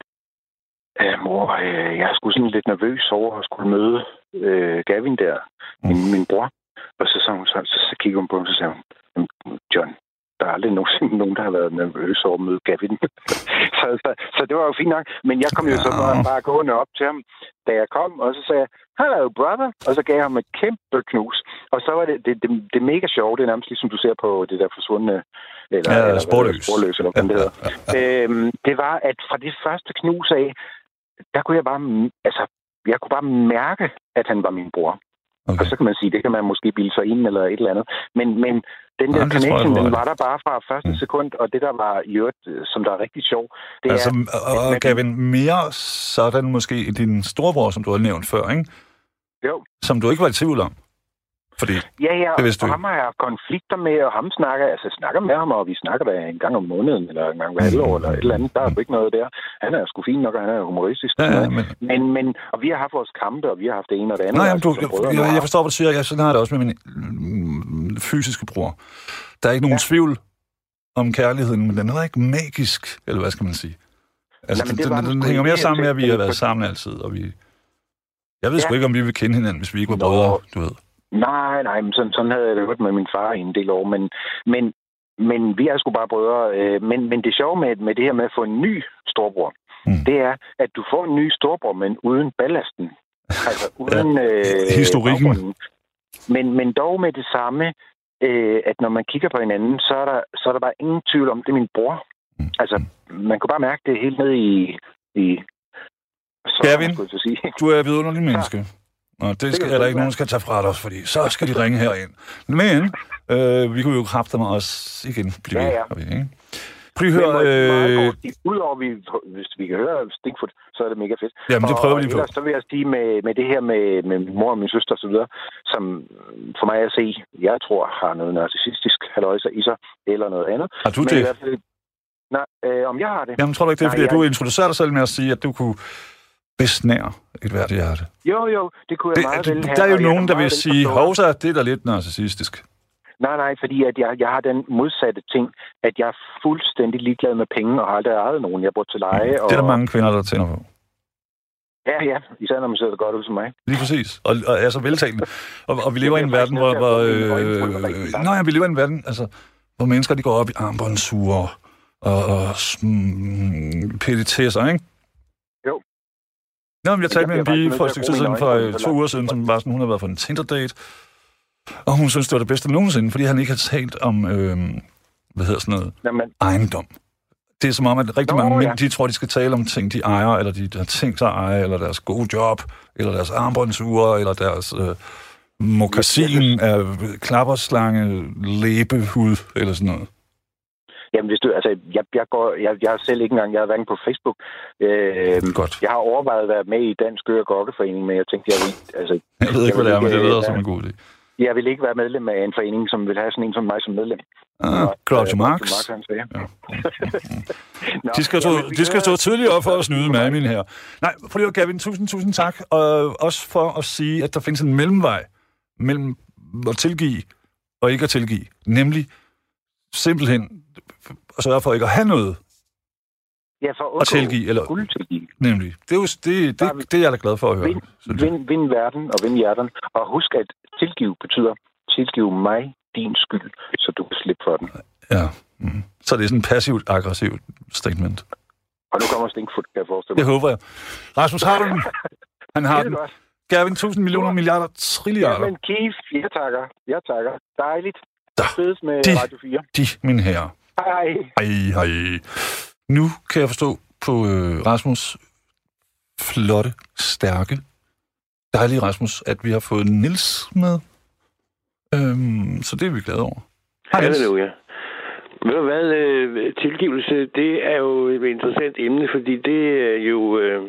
øh, mor, øh, jeg er sgu sådan lidt nervøs over at skulle møde øh, Gavin der, min, min bror. Og så, så, så, så, så kiggede hun på ham, og så sagde hun, John, der er aldrig nogensinde nogen, der har været nervøs over at møde Gavin. så, så, så det var jo fint nok. Men jeg kom jo så bare, bare gående op til ham, da jeg kom, og så sagde jeg, hello, brother, og så gav jeg ham et kæmpe knus. Og så var det, det, det, det mega sjovt, det er nærmest ligesom du ser på det der forsvundne, eller, ja, eller sporløs. sporløs, eller hvad det hedder. øhm, det var, at fra det første knus af, der kunne jeg bare, altså, jeg kunne bare mærke, at han var min bror. Okay. Og så kan man sige, det kan man måske bilde sig ind, eller et eller andet. Men, men den der ja, connection, den var der bare fra første mm. sekund, og det der var i øvrigt, som der er rigtig sjov, det altså, er... Og Gavin, mere sådan måske din storebror, som du har nævnt før, ikke? Jo. Som du ikke var i tvivl om. Fordi, ja, ja, det og ham har jeg haft konflikter med, og ham snakker, altså snakker med ham, og vi snakker der en gang om måneden, eller en gang hver halvår, eller et eller andet. Der er jo ikke noget der. Han er sgu fin nok, og han er humoristisk. Ja, ja, men... Men, men, og vi har haft vores kampe, og vi har haft det ene og det andet. Nej, jamen, du, altså, jeg, jeg, jeg forstår, hvad du siger. Jeg, sådan har jeg det også med min mm, fysiske bror. Der er ikke nogen ja. tvivl om kærligheden, men den er ikke magisk, eller hvad skal man sige? Altså, nej, den, den, den hænger mere sammen med, at vi har været sammen altid, og vi... Jeg ved ja. sgu ikke, om vi vil kende hinanden, hvis vi ikke var brødre, du ved. Nej, nej, men sådan, sådan havde jeg det hørt med min far i en del år, men, men, men vi er sgu bare brødre. Øh, men, men det sjove med, med det her med at få en ny storbror, mm. det er, at du får en ny storbror, men uden ballasten. Altså uden... ja. øh, historikken. Men, men dog med det samme, øh, at når man kigger på hinanden, så er, der, så er der bare ingen tvivl om, det er min bror. Mm. Altså, man kunne bare mærke det helt ned i... i så, Gavin, du er et vidunderligt menneske. Ja. Og det, skal, det er der ikke nogen, der skal tage fra os, fordi så skal de ringe herind. Men øh, vi kunne jo kræfte mig også igen blive ja, ja. Ved, ikke? Prøv at høre... Øh... Udover, vi, hvis vi kan høre Stinkfoot, så er det mega fedt. Jamen, det prøver vi lige på. Og så vil jeg sige med, med det her med, med min mor og min søster og så videre, som for mig at se, jeg tror, har noget narcissistisk halløjse i sig, eller noget andet. Har du Men det? I hvert fald, nej, øh, om jeg har det? Jamen, tror du ikke det, er, fordi nej, jeg... du jeg... introducerer dig selv med at sige, at du kunne besnære et hvert hjerte. Jo, jo, det kunne jeg det, meget vel have. Der er jo nogen, der vil sige, hovsa, det er da lidt narcissistisk. Nej, nej, fordi at jeg, jeg har den modsatte ting, at jeg er fuldstændig ligeglad med penge, og har aldrig ejet nogen. Jeg bor til leje. Mm. Det er der mange kvinder, der tænder på. Ja, ja. Især når man ser det godt ud som mig. Lige præcis. Og, og altså veltalende. Og, og vi lever i en verden, hvor... hvor øh, øh, nej, vi lever i en verden, altså, hvor mennesker de går op i armbåndsure og, og mm, petitesser, ikke? Jo. Nå, men jeg talte med en pige for et stykke tid siden, for to uger siden, som var sådan, hun havde været på en Tinder-date. Og hun synes, det var det bedste nogensinde, fordi han ikke har talt om, øh, hvad hedder sådan noget, Jamen. ejendom. Det er som om, at rigtig Nå, mange mænd, ja. de tror, de skal tale om ting, de ejer, eller de har tænkt sig at eje, eller deres gode job, eller deres armbåndsure, eller deres øh, mokassin af klapperslange, læbehud, eller sådan noget. Jamen, hvis du, altså, jeg, jeg, går, jeg, jeg er selv ikke engang, jeg er hverken på Facebook. Øh, Godt. Jeg har overvejet at være med i Dansk Øre- og Gokkeforening, men jeg tænkte, jeg vil... Altså, jeg ved ikke, hvad det er, men det lyder som en god idé. Jeg vil ikke være medlem af en forening, som vil have sådan en som mig som medlem. Ah, Groucho Marx. Ja. Nå, de skal, stå, ja, de skal stå tydeligt op for at snyde med, mine her. Nej, fordi Gavin, tusind, tusind tak. Og også for at sige, at der findes en mellemvej mellem at tilgive og ikke at tilgive. Nemlig simpelthen at sørge for ikke at have noget ja, for at tilgive. Eller, tilgive. Nemlig. Det er, jo, det, det, det, det er jeg da glad for at høre. Vind, vind, vind verden og vind hjerten. Og husk, at tilgive betyder tilgive mig din skyld, så du kan slippe for den. Ja. Mm. Så det er sådan en passivt aggressivt statement. Og nu kommer Stinkfoot, kan jeg forestille mig. Det håber jeg. Rasmus, har du den? Han har den. Gavin, tusind millioner, milliarder, trilliarder. Jamen, Keith, jeg takker. Jeg takker. Dejligt. Da. Fødes med de, Radio fire. De, mine herrer. Hej. Hej, hej. Nu kan jeg forstå på øh, Rasmus flotte, stærke, dejlige Rasmus, at vi har fået Niels med. Øhm, så det er vi glade over. Hej, Niels. Hallo, ja. Ved du hvad, øh, tilgivelse, det er jo et interessant emne, fordi det er jo... Øh,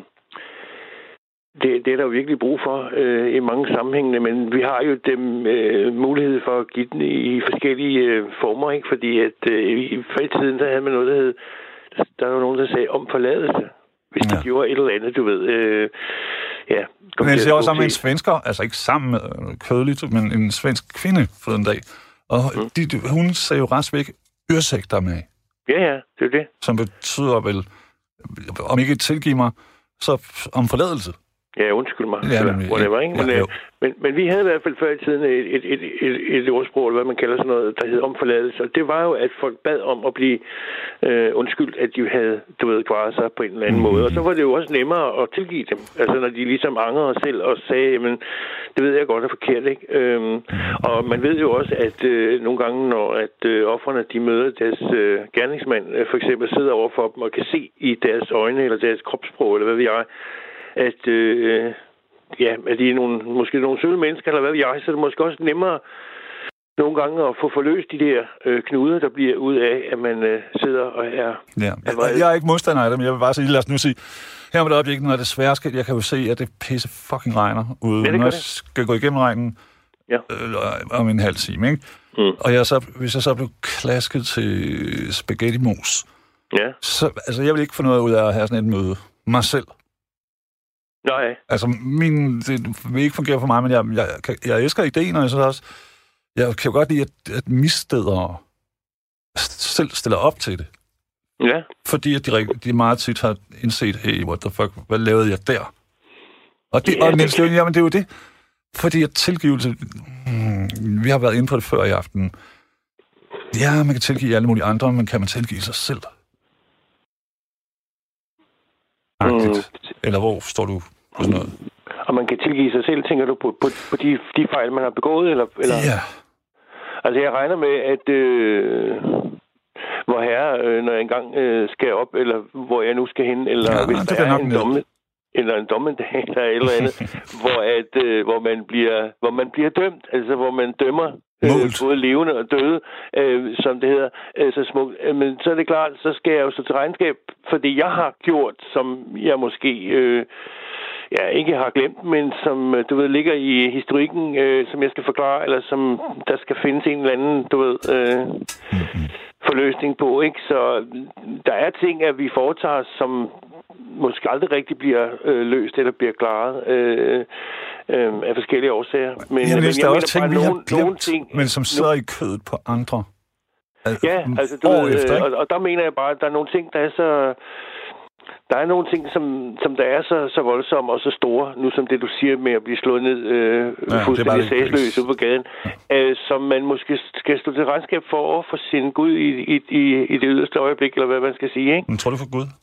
det, det er der jo virkelig brug for øh, i mange sammenhænge, men vi har jo dem øh, mulighed for at give den i forskellige øh, former, ikke? Fordi at øh, i før i tiden, der havde man noget, der hed... Der var nogen, der sagde om forladelse, hvis ja. de gjorde et eller andet, du ved. Øh, ja. Men jeg ser også sammen med en svensker, altså ikke sammen med kødeligt, men en svensk kvinde for den dag. Og mm. de, hun sagde jo ret væk, ørsæk dig med. Ja, ja, det er det. Som betyder vel, om ikke tilgive mig, så om forladelse. Ja, undskyld mig. Ja, eller men, whatever, ikke? Men, ja, øh, men, men vi havde i hvert fald før i tiden et, et, et, et, et ordsprog, eller hvad man kalder sådan noget, der hed omforladelse. Og det var jo, at folk bad om at blive øh, undskyldt, at de havde, du ved, kvaret sig på en eller anden mm-hmm. måde. Og så var det jo også nemmere at tilgive dem. Altså, når de ligesom angrede sig selv og sagde, jamen, det ved jeg godt er forkert, ikke? Øhm, og man ved jo også, at øh, nogle gange, når at øh, offerne, de møder deres øh, gerningsmand, øh, for eksempel sidder over for dem og kan se i deres øjne, eller deres kropssprog, eller hvad ved jeg, at... Øh, ja, at de er nogle, måske nogle søde mennesker, eller hvad ved jeg, så er det måske også nemmere nogle gange at få forløst de der øh, knuder, der bliver ud af, at man øh, sidder og er... Ja, jeg, jeg er ikke modstander af det, men jeg vil bare sige, lad os nu sige, her med det øjeblik, når det svære sker, jeg kan jo se, at det pisse fucking regner ude. Ja, når jeg skal gå igennem regnen ja. øh, om en halv time, ikke? Mm. Og jeg så, hvis jeg så blev klasket til spaghetti-mos, ja. så altså, jeg vil ikke få noget ud af at have sådan et møde. Mig selv. Nej. Altså, min, det vil ikke fungere for mig, men jeg, jeg, jeg elsker ideen, og jeg synes også, jeg kan jo godt lide, at, at misstedere selv stiller op til det. Ja. Fordi at de, de meget tit har indset, hey, what the fuck, hvad lavede jeg der? Og det, ja, og Niels, det, jamen, det er jo det. Fordi at tilgivelse, hmm, vi har været inde på det før i aften. Ja, man kan tilgive alle mulige andre, men kan man tilgive sig selv? Mm. Eller hvor står du på sådan noget? Og man kan tilgive sig selv, tænker du på, på, på de, de fejl, man har begået? Eller, eller? Ja. Altså, jeg regner med, at øh, hvor herre, øh, når jeg engang øh, skal op, eller hvor jeg nu skal hen, eller ja, hvis der er en domme, eller en dommedag, eller et eller andet, hvor, at, øh, hvor, man bliver, hvor man bliver dømt, altså hvor man dømmer øh, både levende og døde, øh, som det hedder, øh, så smukt. Øh, men så er det klart, så skal jeg jo så til regnskab for det, jeg har gjort, som jeg måske øh, ja, ikke har glemt, men som, du ved, ligger i historikken, øh, som jeg skal forklare, eller som der skal findes en eller anden, du ved, øh, forløsning på, ikke? Så der er ting, at vi foretager, som måske aldrig rigtig bliver øh, løst eller bliver klaret øh, øh, af forskellige årsager. Men, ja, men, men jeg mener ting, bare, vi nogen, glemt, nogen ting... men som sidder no- i kødet på andre. Altså, ja, altså, du ved, efter, og, og der mener jeg bare, at der er nogle ting, der er så... Der er nogle ting, som, som der er så, så voldsomme og så store, nu som det, du siger med at blive slået ned øh, ja, fuldstændig sagsløs ude på gaden, øh, som man måske skal stå til regnskab for over for sin Gud i, i, i, i det yderste øjeblik, eller hvad man skal sige, ikke? Men tror du for Gud?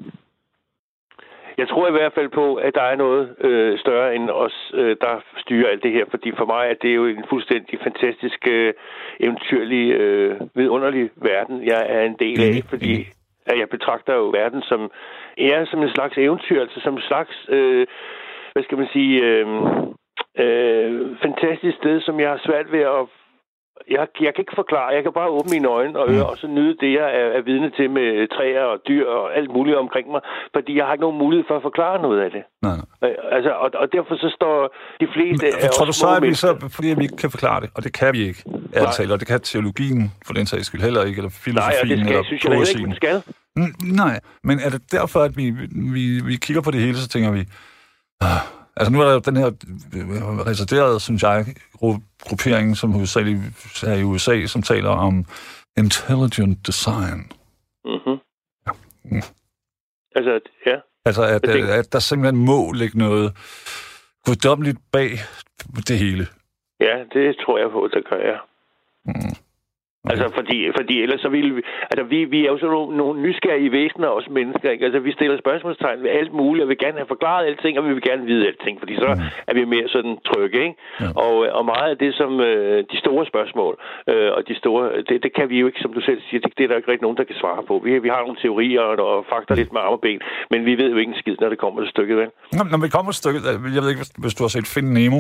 Jeg tror i hvert fald på, at der er noget øh, større end os, øh, der styrer alt det her, fordi for mig er det jo en fuldstændig fantastisk, øh, eventyrlig, øh, vidunderlig verden, jeg er en del af, fordi... at jeg betragter jo verden som, ja, som en slags eventyr, altså som en slags, øh, hvad skal man sige, øh, øh, fantastisk sted, som jeg har svært ved at Jeg, jeg kan ikke forklare. Jeg kan bare åbne mine øjne og ører, mm. og så nyde det, jeg er, er vidne til med træer og dyr og alt muligt omkring mig, fordi jeg har ikke nogen mulighed for at forklare noget af det. Nej, nej. Altså, og, og derfor så står de fleste... Men, tror du så, at vi så, fordi vi ikke kan forklare det, og det kan vi ikke, ærligt, og det kan teologien for den sags skyld heller ikke, eller filosofien, nej, det skal, eller synes jeg poesien. Ikke, skal. Nej, men er det derfor, at vi, vi, vi kigger på det hele, så tænker vi... Øh, altså nu er der jo den her reserverede, synes jeg, gruppering, som hovedsageligt er i U S A, som taler om intelligent design. Mm-hmm. Ja. Mm. Altså, ja. Altså, at, at, at der simpelthen må ligge noget guddommeligt bag det hele. Ja, det tror jeg på, det gør jeg. Mm. Okay. Altså, fordi, fordi ellers så ville vi... Altså, vi, vi er jo sådan nogle, nogle nysgerrige væsener, også mennesker, ikke? Altså, vi stiller spørgsmålstegn ved alt muligt, og vi vil gerne have forklaret alting, og vi vil gerne vide alting, fordi så mm. er vi mere sådan trygge, ikke? Ja. Og, og meget af det, som øh, de store spørgsmål, øh, og de store... Det, det kan vi jo ikke, som du selv siger, det, det er der ikke rigtig nogen, der kan svare på. Vi, vi har nogle teorier og, og fakta lidt med arme og ben, men vi ved jo ikke en skid, når det kommer til stykket, vel? Når, når vi kommer til stykket... Jeg ved ikke, hvis, hvis du har set Find Nemo,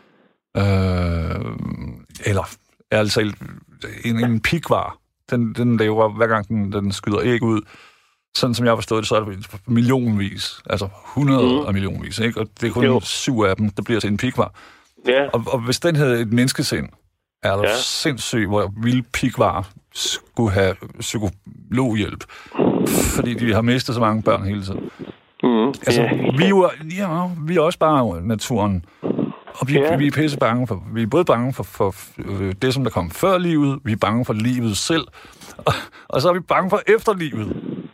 øh, eller... Altså en, en pikvar, den, den laver, hver gang den, den skyder æg ud, sådan som jeg har forstået det, så er det millionvis, altså hundrede mm. af millionvis, ikke? Og det er kun jo. syv af dem, der bliver til en pikvar. Ja. Og, og hvis den havde et menneskesind, er der ja. sindssygt, hvor vilde pikvar skulle have psykologhjælp, fordi de har mistet så mange børn hele tiden. Mm. Altså, yeah. vi, er jo, ja, vi er også bare naturen. Og vi, ja. vi er pisse bange for, vi er både bange for, for det, som der kom før livet, vi er bange for livet selv, og, og så er vi bange for efterlivet.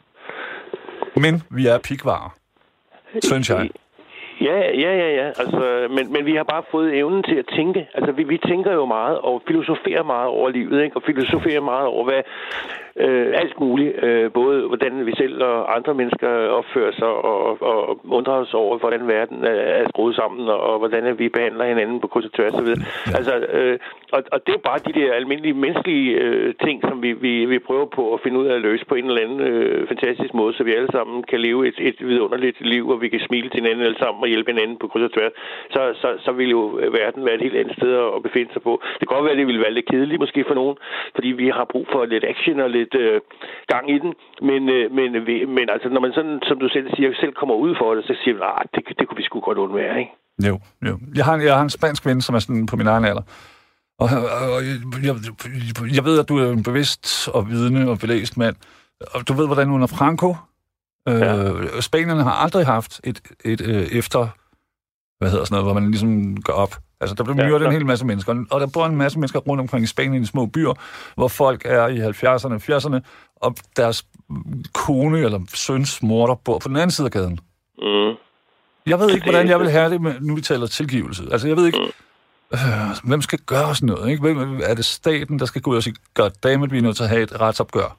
Men vi er pikvarer, synes jeg. Ja, ja, ja, ja. Altså, men, men vi har bare fået evnen til at tænke. Altså, vi, vi tænker jo meget og filosoferer meget over livet, ikke? Og filosoferer meget over, hvad øh, alt muligt. Øh, både hvordan vi selv og andre mennesker opfører sig og, og, og undrer os over, hvordan verden er, er skruet sammen, og, og hvordan vi behandler hinanden på kryds og tværs og så videre. Altså, øh, og, og det er bare de der almindelige menneskelige øh, ting, som vi, vi, vi prøver på at finde ud af at løse på en eller anden øh, fantastisk måde, så vi alle sammen kan leve et, et vidunderligt liv, og vi kan smile til hinanden alle sammen og hjælpe hinanden på kryds og tværs, så, så, så ville jo verden være et helt andet sted at befinde sig på. Det kan godt være, at det ville være lidt kedeligt måske for nogen, fordi vi har brug for lidt action og lidt øh, gang i den, men, øh, men, men altså, når man sådan, som du selv siger, selv kommer ud for det, så siger man, ah, det, det kunne vi sgu godt undvære, ikke? Jo, jo. Jeg har, jeg har en spansk ven, som er sådan på min egen alder, og, og jeg, jeg ved, at du er en bevidst og vidende og belæst mand, og du ved, hvordan under Franco, Ja. Øh, Spanierne har aldrig haft et, et øh, efter, hvad hedder sådan noget, hvor man ligesom går op. Altså, der blev myrdet ja, en hel masse mennesker, og der bor en masse mennesker rundt omkring i Spanien i små byer, hvor folk er i halvfjerdserne og firserne, og deres kone eller søns mor, der bor på den anden side af gaden. Mm. Jeg ved ikke, hvordan jeg vil have det, med, nu vi taler tilgivelse. Altså, jeg ved ikke, øh, hvem skal gøre sådan noget, ikke? Hvem, er det staten, der skal gå ud og sige, goddammit, vi er nødt til at have et retsopgør?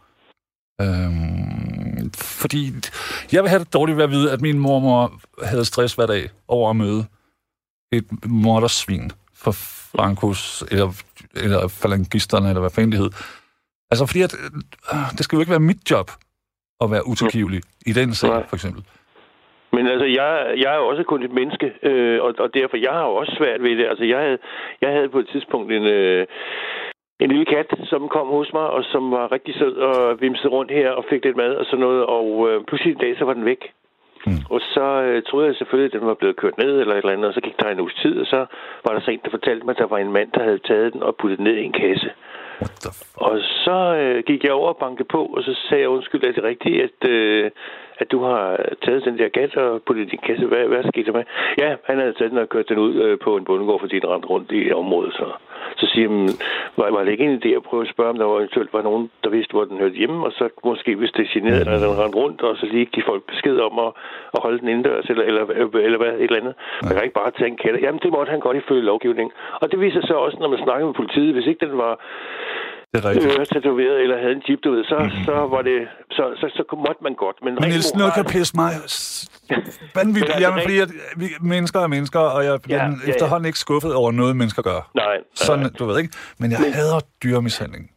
Øhm, fordi jeg vil have det dårligt ved at vide, at min mormor havde stress hver dag over at møde et mordersvin for Frankos, eller, eller falangisterne, eller hvad fanden det hed. Altså, fordi at, øh, det skal jo ikke være mit job at være utilgivelig i den sag, for eksempel. Men altså, jeg, jeg er jo også kun et menneske, øh, og, og derfor, jeg har jo også svært ved det. Altså, jeg havde, jeg havde på et tidspunkt en... Øh, En lille kat, som kom hos mig, og som var rigtig sød og vimsede rundt her og fik lidt mad og sådan noget. Og øh, pludselig en dag, så var den væk. Mm. Og så øh, troede jeg selvfølgelig, at den var blevet kørt ned eller et eller andet. Og så gik der en uges tid, og så var der så en, der fortalte mig, at der var en mand, der havde taget den og puttet den ned i en kasse. Og så øh, gik jeg over og bankede på, og så sagde jeg, undskyld, er det rigtigt, at, øh, at du har taget den der kat og puttet den i en kasse? Hvad, hvad skete der med? Ja, han havde taget den og kørt den ud øh, på en bondegård, fordi den rendte rundt i området. Så, så siger han, var, var det ikke en idé at prøve at spørge, om der var eventuelt var nogen, der vidste, hvor den hørte hjemme, og så måske, hvis det generede, når den rendte rundt, og så lige give folk besked om at, at holde den indendørs, eller, eller, eller hvad, et eller andet. Man kan ikke bare tage en kat. Jamen, det måtte han godt ifølge lovgivningen. Og det viser sig også, når man snakker med politiet, hvis ikke den var øh, tatoveret eller havde en chip, du ved, så, mm-hmm. så var det, så, så, så måtte man godt. Men, men Niels, noget kan pisse mig vanvittigt. Altså, jamen, fordi at vi, mennesker er mennesker, og jeg bliver ja, ja, efterhånden ja. ikke skuffet over noget, mennesker gør. Nej. Sådan, du ved ikke. Men jeg men, hader dyremishandling.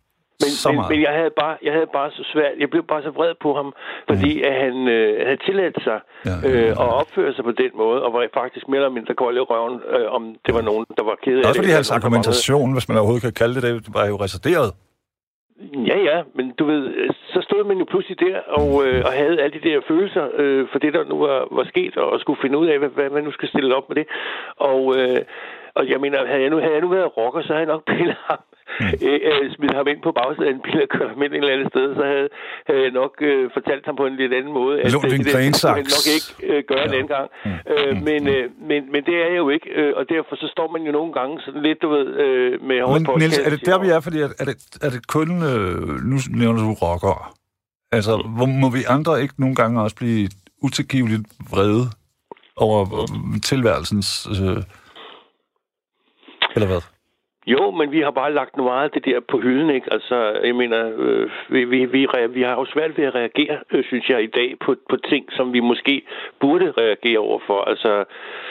Men, så men, meget. men jeg havde bare, jeg havde bare så svært, jeg blev bare så vred på ham, fordi mm. at han øh, havde tilladt sig ja, ja, ja. Øh, at opføre sig på den måde, og var faktisk mere eller mindre kold i røven, øh, om det var nogen, der var ked af det. Også fordi hans argumentation, hvis man overhovedet kan kalde det, det var jo reserveret. Ja, ja, men du ved, så stod man jo pludselig der og, øh, og havde alle de der følelser øh, for det, der nu var, var sket, og skulle finde ud af, hvad, hvad man nu skal stille op med det. Og, øh, og jeg mener, havde jeg, nu, havde jeg nu været rocker, så havde jeg nok pillet ham, mm. øh, smidt ham ind på bagsiden af en bil og kørt ham ind et eller andet sted, så havde, havde jeg nok øh, fortalt ham på en lidt anden måde, at Lå, det, det der han nok ikke øh, gøre ja. en anden gang. Mm. Øh, men, øh, men, men det er jeg jo ikke, øh, og derfor så står man jo nogle gange sådan lidt, du ved, øh, med hårdt på. Men Niels, er det der, vi er, fordi er det, er det kun, øh, nu nævner du rockere, altså mm. hvor må vi andre ikke nogle gange også blive utilgiveligt vrede over mm. tilværelsens... Øh, eller hvad? Jo, men vi har bare lagt noget meget af det der på hylden, ikke? Altså, jeg mener, øh, vi, vi, vi, vi har jo svært ved at reagere, øh, synes jeg, i dag på, på ting, som vi måske burde reagere overfor. Altså,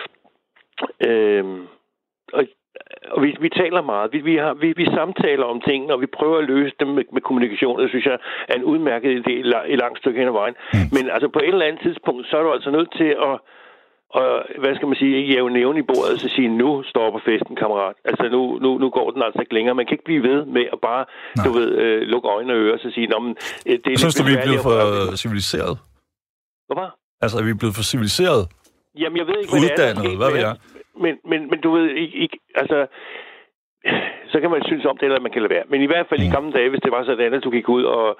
øh, og, og vi, vi taler meget. Vi, vi, har, vi, vi samtaler om tingene, og vi prøver at løse dem med, med kommunikation. Det synes jeg er en udmærket idé i langt stykke hen ad vejen. Mm. Men altså, på et eller andet tidspunkt, så er du altså nødt til at og hvad skal man sige, ikke jævne nævne i bordet, og så sige, nu stopper festen, kammerat. Altså, nu, nu, nu går den altså ikke længere. Man kan ikke blive ved med at bare, Nej. du ved, øh, lukke øjne og ører, og så sige, nå, men det er synes du, vi er blevet for civiliseret? Hvad? Altså, er vi blevet for civiliseret? Jamen, jeg ved ikke, hvad Uddannet, det er. hvad ved jeg? Men, men, men du ved, ikke, ikke, altså, så kan man synes om det, eller man kan lade være. Men i hvert fald mm. i gamle dage, hvis det var sådan, at du gik ud og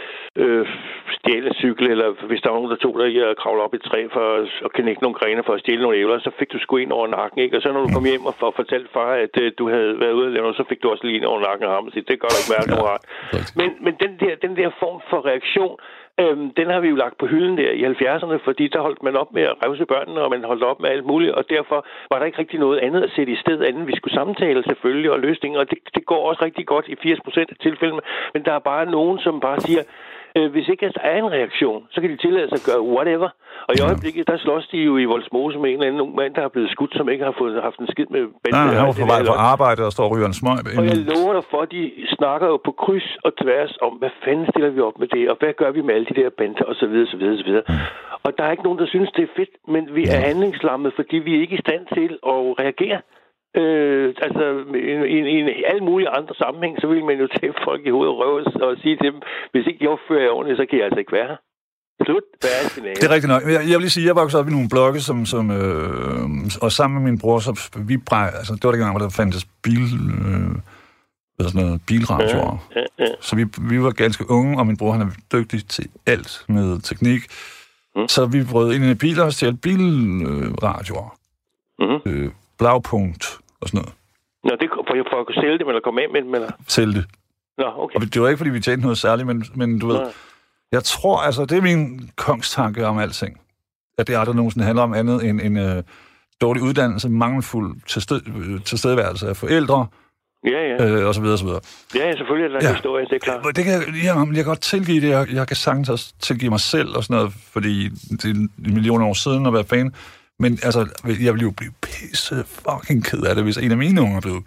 Øh, stjæle en cykel, eller hvis der var nogen, der tog dig i at kravle op i et træ for at knække nogle grene for at stjæle nogle ævler, så fik du sgu ind over nakken, ikke? Og så når du kom hjem og for, fortalte far, at uh, du havde været ude at lave noget, så fik du også lige ind over nakken og ham og sige, det gør du ikke være, kammerat. Men, men den, der, den der form for reaktion, øhm, den har vi jo lagt på hylden der i halvfjerdserne, fordi der holdt man op med at revse børnene, og man holdt op med alt muligt, og derfor var der ikke rigtig noget andet at sætte i stedet, andet vi skulle samtale selvfølgelig og løsninger, og det, det går også rigtig godt i firs procent af tilfældene, men der er bare nogen, som bare siger, hvis ikke der er en reaktion, så kan de tillade sig at gøre whatever. Og i øjeblikket, der slås de jo i Vollsmose med en eller anden ung mand, der er blevet skudt, som ikke har fået haft en skid med bande. Nej, han var på vej på arbejde og står og ryger en smøg. Og jeg lover dig for, at de snakker jo på kryds og tværs om, hvad fanden stiller vi op med det, og hvad gør vi med alle de der bander, og så videre, så videre, så videre. Mm. Og der er ikke nogen, der synes, det er fedt, men vi er handlingslammet, fordi vi er ikke i stand til at reagere. Øh, altså, i, i, i alle mulige andre sammenhæng, så vil man jo tage folk i hovedet og røve og sige til dem, hvis ikke jeg opfører jer ordentligt, så kan jeg altså ikke være her. Slut. Det er rigtigt nok. Jeg, jeg vil lige sige, jeg voksede op i nogle blokke, som, som øh, og sammen med min bror, så vi brej, altså det var det gang, hvor der fandtes bil, øh, sådan noget, bilradioer. Ja, ja, ja. Så vi, vi var ganske unge, og min bror, han er dygtig til alt med teknik. Mm. Så vi brød ind i biler og stjal bilradioer. Øh, mm. øh, Blaupunkt og sådan noget. Nå, det for, for at kunne sælge dem, eller komme af med dem, eller? Sælge det. Nå, okay. Og det var ikke, fordi vi tjente noget særligt, men, men du ved, Nå. Jeg tror, altså, det er min kongstanke om alting. At det aldrig nogensinde handler om andet end en uh, dårlig uddannelse, mangelfuld tilsted, tilstedeværelse af forældre, ja, ja. Øh, og så videre, og så videre. Ja, selvfølgelig er der en ja. historie, det er klart. Det kan, ja, jeg kan godt tilgive det. Jeg, jeg kan sagtens også tilgive mig selv og sådan noget, fordi det er en million år siden at være fan. Men altså, jeg ville jo blive pisse fucking ked af det, hvis en af mine unger blev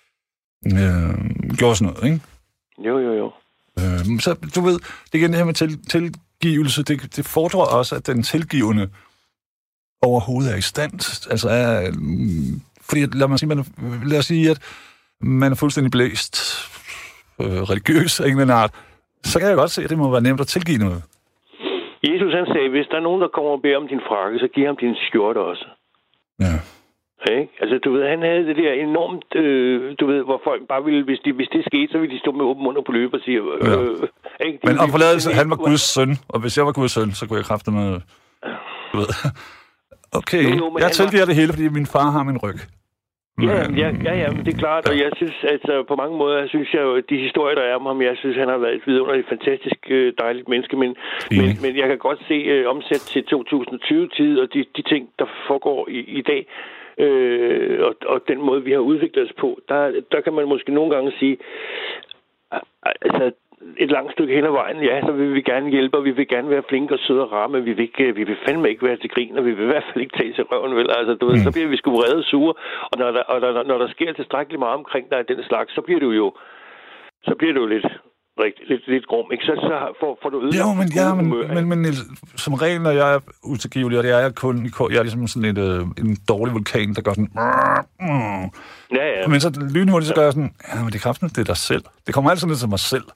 øh, gjorde sådan noget, ikke? Jo, jo, jo. Øh, så du ved, det igen det her med til, tilgivelse, det, det fordrer også, at den tilgivende overhovedet er i stand. Altså, er, øh, fordi lad, mig sige, man, lad os sige, at man er fuldstændig blæst øh, religiøs af en eller anden art, så kan jeg godt se, at det må være nemt at tilgive noget. Jesus han sagde, hvis der er nogen, der kommer og beder om din frakke, så giv ham din skjorte også. Ja. Ikke? Altså, du ved, han havde det der enormt, øh, du ved, hvor folk bare ville, hvis, de, hvis det skete, så ville de stå med åben mund og på løb og sige... Øh, ja. ikke? Men om forladelse, han var Guds søn, og hvis jeg var Guds søn, så kunne jeg kræfte med... Du ved. Okay, jo, jo, jeg tilgiver var... det hele, fordi min far har min ryg. Ja, ja, ja, ja, men det er klart, og jeg synes, altså på mange måder, synes jeg jo, at de historier, der er om ham, jeg synes, han har været et vidunderligt, fantastisk dejligt menneske, men, men, men jeg kan godt se uh, omsæt til to tusind og tyve-tid, og de, de ting, der foregår i, i dag, øh, og, og den måde, vi har udviklet os på, der, der kan man måske nogle gange sige, altså et langt stykke hen ad vejen, ja, så vil vi gerne hjælpe, og vi vil gerne være flinke og søde og rare, men vi vil, ikke, vi vil fandme ikke være til grin, og vi vil i hvert fald ikke tage til røven, vel? Altså, du ved, mm. så bliver vi sgu vrede sure, og når der, og der, når der sker tilstrækkeligt meget omkring dig den slags, så bliver du jo, så bliver du jo lidt rigtig, lidt, lidt grum, ikke? Så, så får, får du ødelagt... Jo, men, ja, men, humør, men, men, men som regel, når jeg er utilgivelig, og det er jeg kun... Jeg er ligesom sådan et, øh, en dårlig vulkan, der gør sådan... Mm. Ja, ja. Men så lynhurtigt, så gør jeg sådan... Ja, men det er kraften, det er dig selv. Det kommer altid ned til mig selv,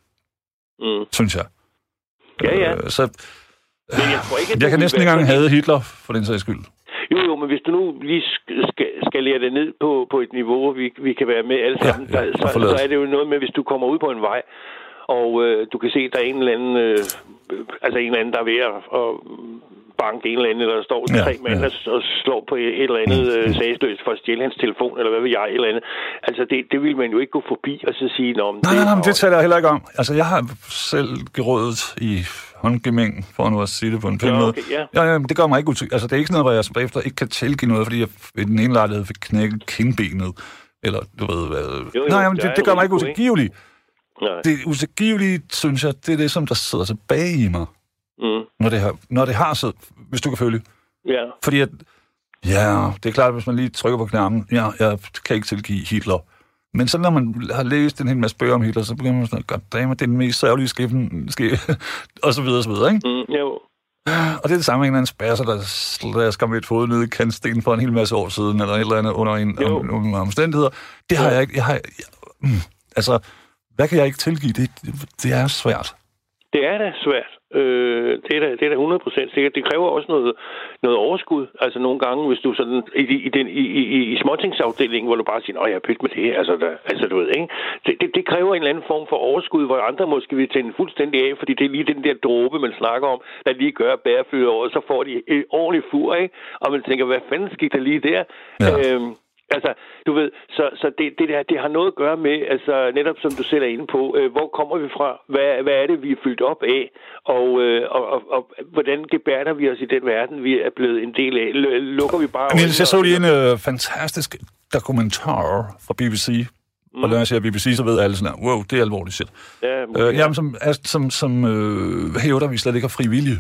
mm. synes jeg. Ja, ja. Øh, så... Men jeg tror ikke, jeg kan næsten ikke engang have Hitler, for den sags skyld. Jo, jo, men hvis du nu lige skal, skal lære det ned på, på et niveau, hvor vi, vi kan være med alle sammen, ja, ja, så, så er det jo noget med, hvis du kommer ud på en vej, og øh, du kan se, der er en eller anden, øh, altså en eller anden, der er ved at, at banke en eller anden, eller der står ja, tre mænd ja. og slår på et eller andet øh, sagsløst for at stjæle hans telefon, eller hvad ved jeg, eller andet. Altså, det, det vil man jo ikke gå forbi og så sige, nå, nej, nej, nej, men det taler jeg heller ikke om. Altså, jeg har selv gerådet i håndgemæng, for nu at sige det på en pæn måde. Okay, ja. Ja, ja, det gør mig ikke utyg. Altså, det er ikke sådan noget, hvor jeg som bagefter ikke kan tilgive noget, fordi jeg i den ene lejlighed fik knækket kindbenet, eller du ved hvad. Jo, jo, nej, men det, det gør mig ikke utilgivelig. Det utilgivelige, synes jeg, det er det, som der sidder tilbage i mig. Mm. Når, det har, når det har siddet, hvis du kan følge. Ja. Fordi at, ja, det er klart, at hvis man lige trykker på knappen, ja, jeg kan ikke tilgive Hitler. Men så når man har læst en hel masse bøger om Hitler, så begynder man sådan, goddammit, det er den mest sørgelige skæbne, og så videre, og så videre, ikke? Mm, jo. Og det er det samme med en eller anden spasser, der slasker med et fod nede i kantstenen for en hel masse år siden, eller et eller andet under en om, om, omstændigheder. Det har jeg ikke, jeg har, jeg, mm, altså, hvad kan jeg ikke tilgive? Det, det er svært. Det er da svært. Øh, det er da, det er da hundrede procent sikkert. Det kræver også noget, noget overskud. Altså nogle gange, hvis du sådan i, i, den, i, i, i småtingsafdelingen, hvor du bare siger, åh, jeg har pyt med det her, altså, der, altså du ved, ikke? Det, det, det kræver en eller anden form for overskud, hvor andre måske vil tænde fuldstændig af, fordi det er lige den der dråbe, man snakker om, der lige gør bærefødder over, så får de et ordentligt fur, ikke? Og man tænker, hvad fanden skete der lige der? Ja. Øhm, Altså, du ved, så, så det, det, der, det har noget at gøre med, altså netop som du selv er inde på, øh, hvor kommer vi fra? Hvad, hvad er det, vi er fyldt op af? Og, øh, og, og, og hvordan gebærder vi os i den verden, vi er blevet en del af? Lukker vi bare... Niels, jeg så lige en øh, fantastisk dokumentar fra B B C. Mm. Og når jeg siger B B C, så ved alle sådan her, wow, det er alvorligt shit. Ja, øh, jamen, som, som, som øh, hævder, vi slet ikke har fri vilje.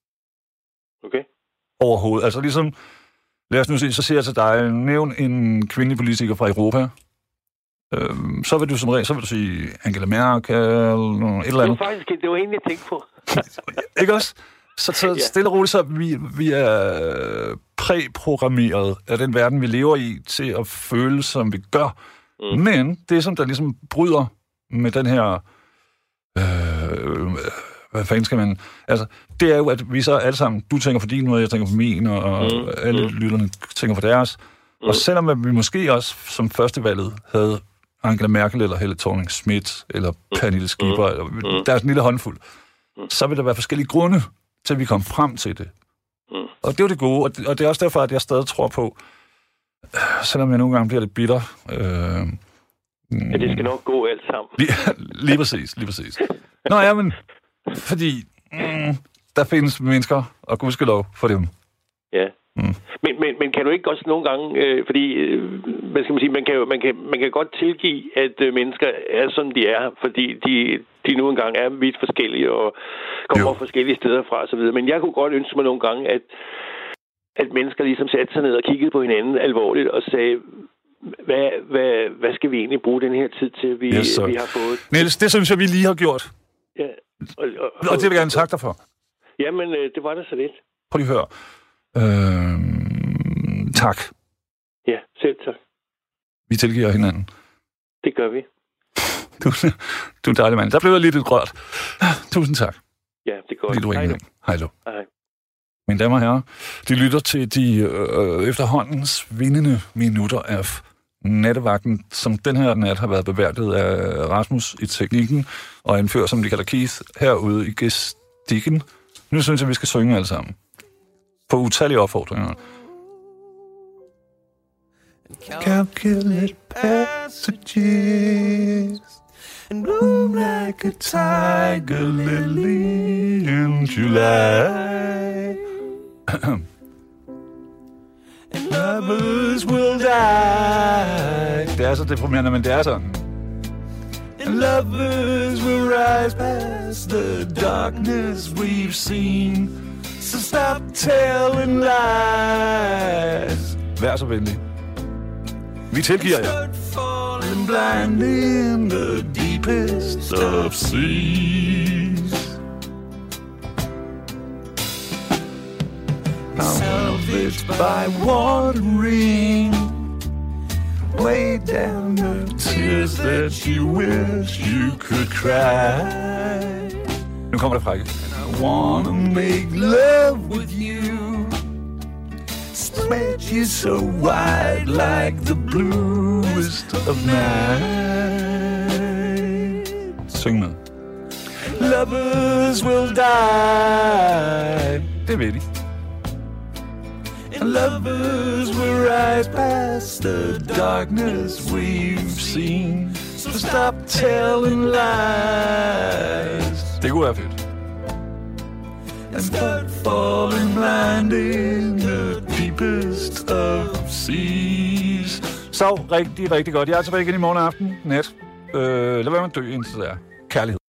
Okay. Overhovedet. Altså ligesom... Lad os nu se, så siger jeg til dig, nævn en kvindelig politiker fra Europa. Øhm, så vil du som regel, så vil du sige Angela Merkel, eller et eller andet. Det var faktisk, det var egentlig, jeg tænkte på. Ikke også? Så, så stille og roligt, så vi, vi er præprogrammeret af den verden, vi lever i, til at føle, som vi gør. Mm. Men det, som der ligesom bryder med den her... Øh, hvad fanden skal man... Altså, det er jo, at vi så alle sammen... Du tænker for din måde, jeg tænker for min, og, og mm. alle mm. lytterne tænker for deres. Mm. Og selvom vi måske også som førstevalget havde Angela Merkel, eller Helle Thorning-Schmidt, eller Pernille Skipper, mm. eller, mm. der er en lille håndfuld, mm. så vil der være forskellige grunde til, at vi kommer frem til det. Mm. Og det er jo det gode, og det, og det er også derfor, at jeg stadig tror på, selvom jeg nogle gange bliver lidt bitter... Øh, ja, det skal nok gå alt sammen. Lige, lige præcis, lige præcis. Nå ja, men... Fordi mm, der findes mennesker, og gudskelov for dem. Ja. Mm. Men, men, men kan du ikke også nogle gange, øh, fordi, øh, hvad skal man sige, man kan, jo, man, kan, man kan godt tilgive, at øh, mennesker er, som de er, fordi de, de nu engang er vidt forskellige, og kommer jo. forskellige steder fra, og så videre. Men jeg kunne godt ønske mig nogle gange, at, at mennesker ligesom satte sig ned og kiggede på hinanden alvorligt, og sagde, hvad, hvad, hvad skal vi egentlig bruge den her tid til, vi, yes, vi har fået? Niels, det synes jeg, vi lige har gjort. Ja. Og, og, og det vil jeg gerne takke dig for. Jamen, øh, det var da så lidt. Prøv lige at høre. Øh, tak. Ja, selv tak. Vi tilgiver hinanden. Det gør vi. Du, du er en dejlig mand. Der blev jeg lidt lidt rørt. Tusind tak. Ja, det går. Hej du. Hej du. Hej. Mine damer og herrer, de lytter til de øh, efterhåndens vindende minutter af Nattevagten, som den her nat har været beværtet af Rasmus i teknikken, og en fyr, som de kalder Keith, herude i gestikken. Nu synes jeg, vi skal synge alle sammen. På utallige opfordringer. Calculate passages and bloom like a tiger lily in July. And lovers will die. Det er så deprimerende, men det er sådan. And lovers will rise past the darkness we've seen. So stop telling lies. Vær så venlig. Vi tilgiver jer. Falling blindly in the deepest deepest of seas. Salvaged by wandering way down the tears that you wish you could cry. Nu kommer det frække. I wanna make love with you, spread you so wide like the bluest of night. Syng med. Lovers will die. Det ved de. Lovers will rise past the darkness we've seen. So stop telling lies. Det kunne være fedt. And start falling blind in the deepest of seas. Så rigtig, rigtig godt. Jeg er tilbage igen i morgen aften. Nat. Øh, lad være med at dø indtil der. Kærlighed.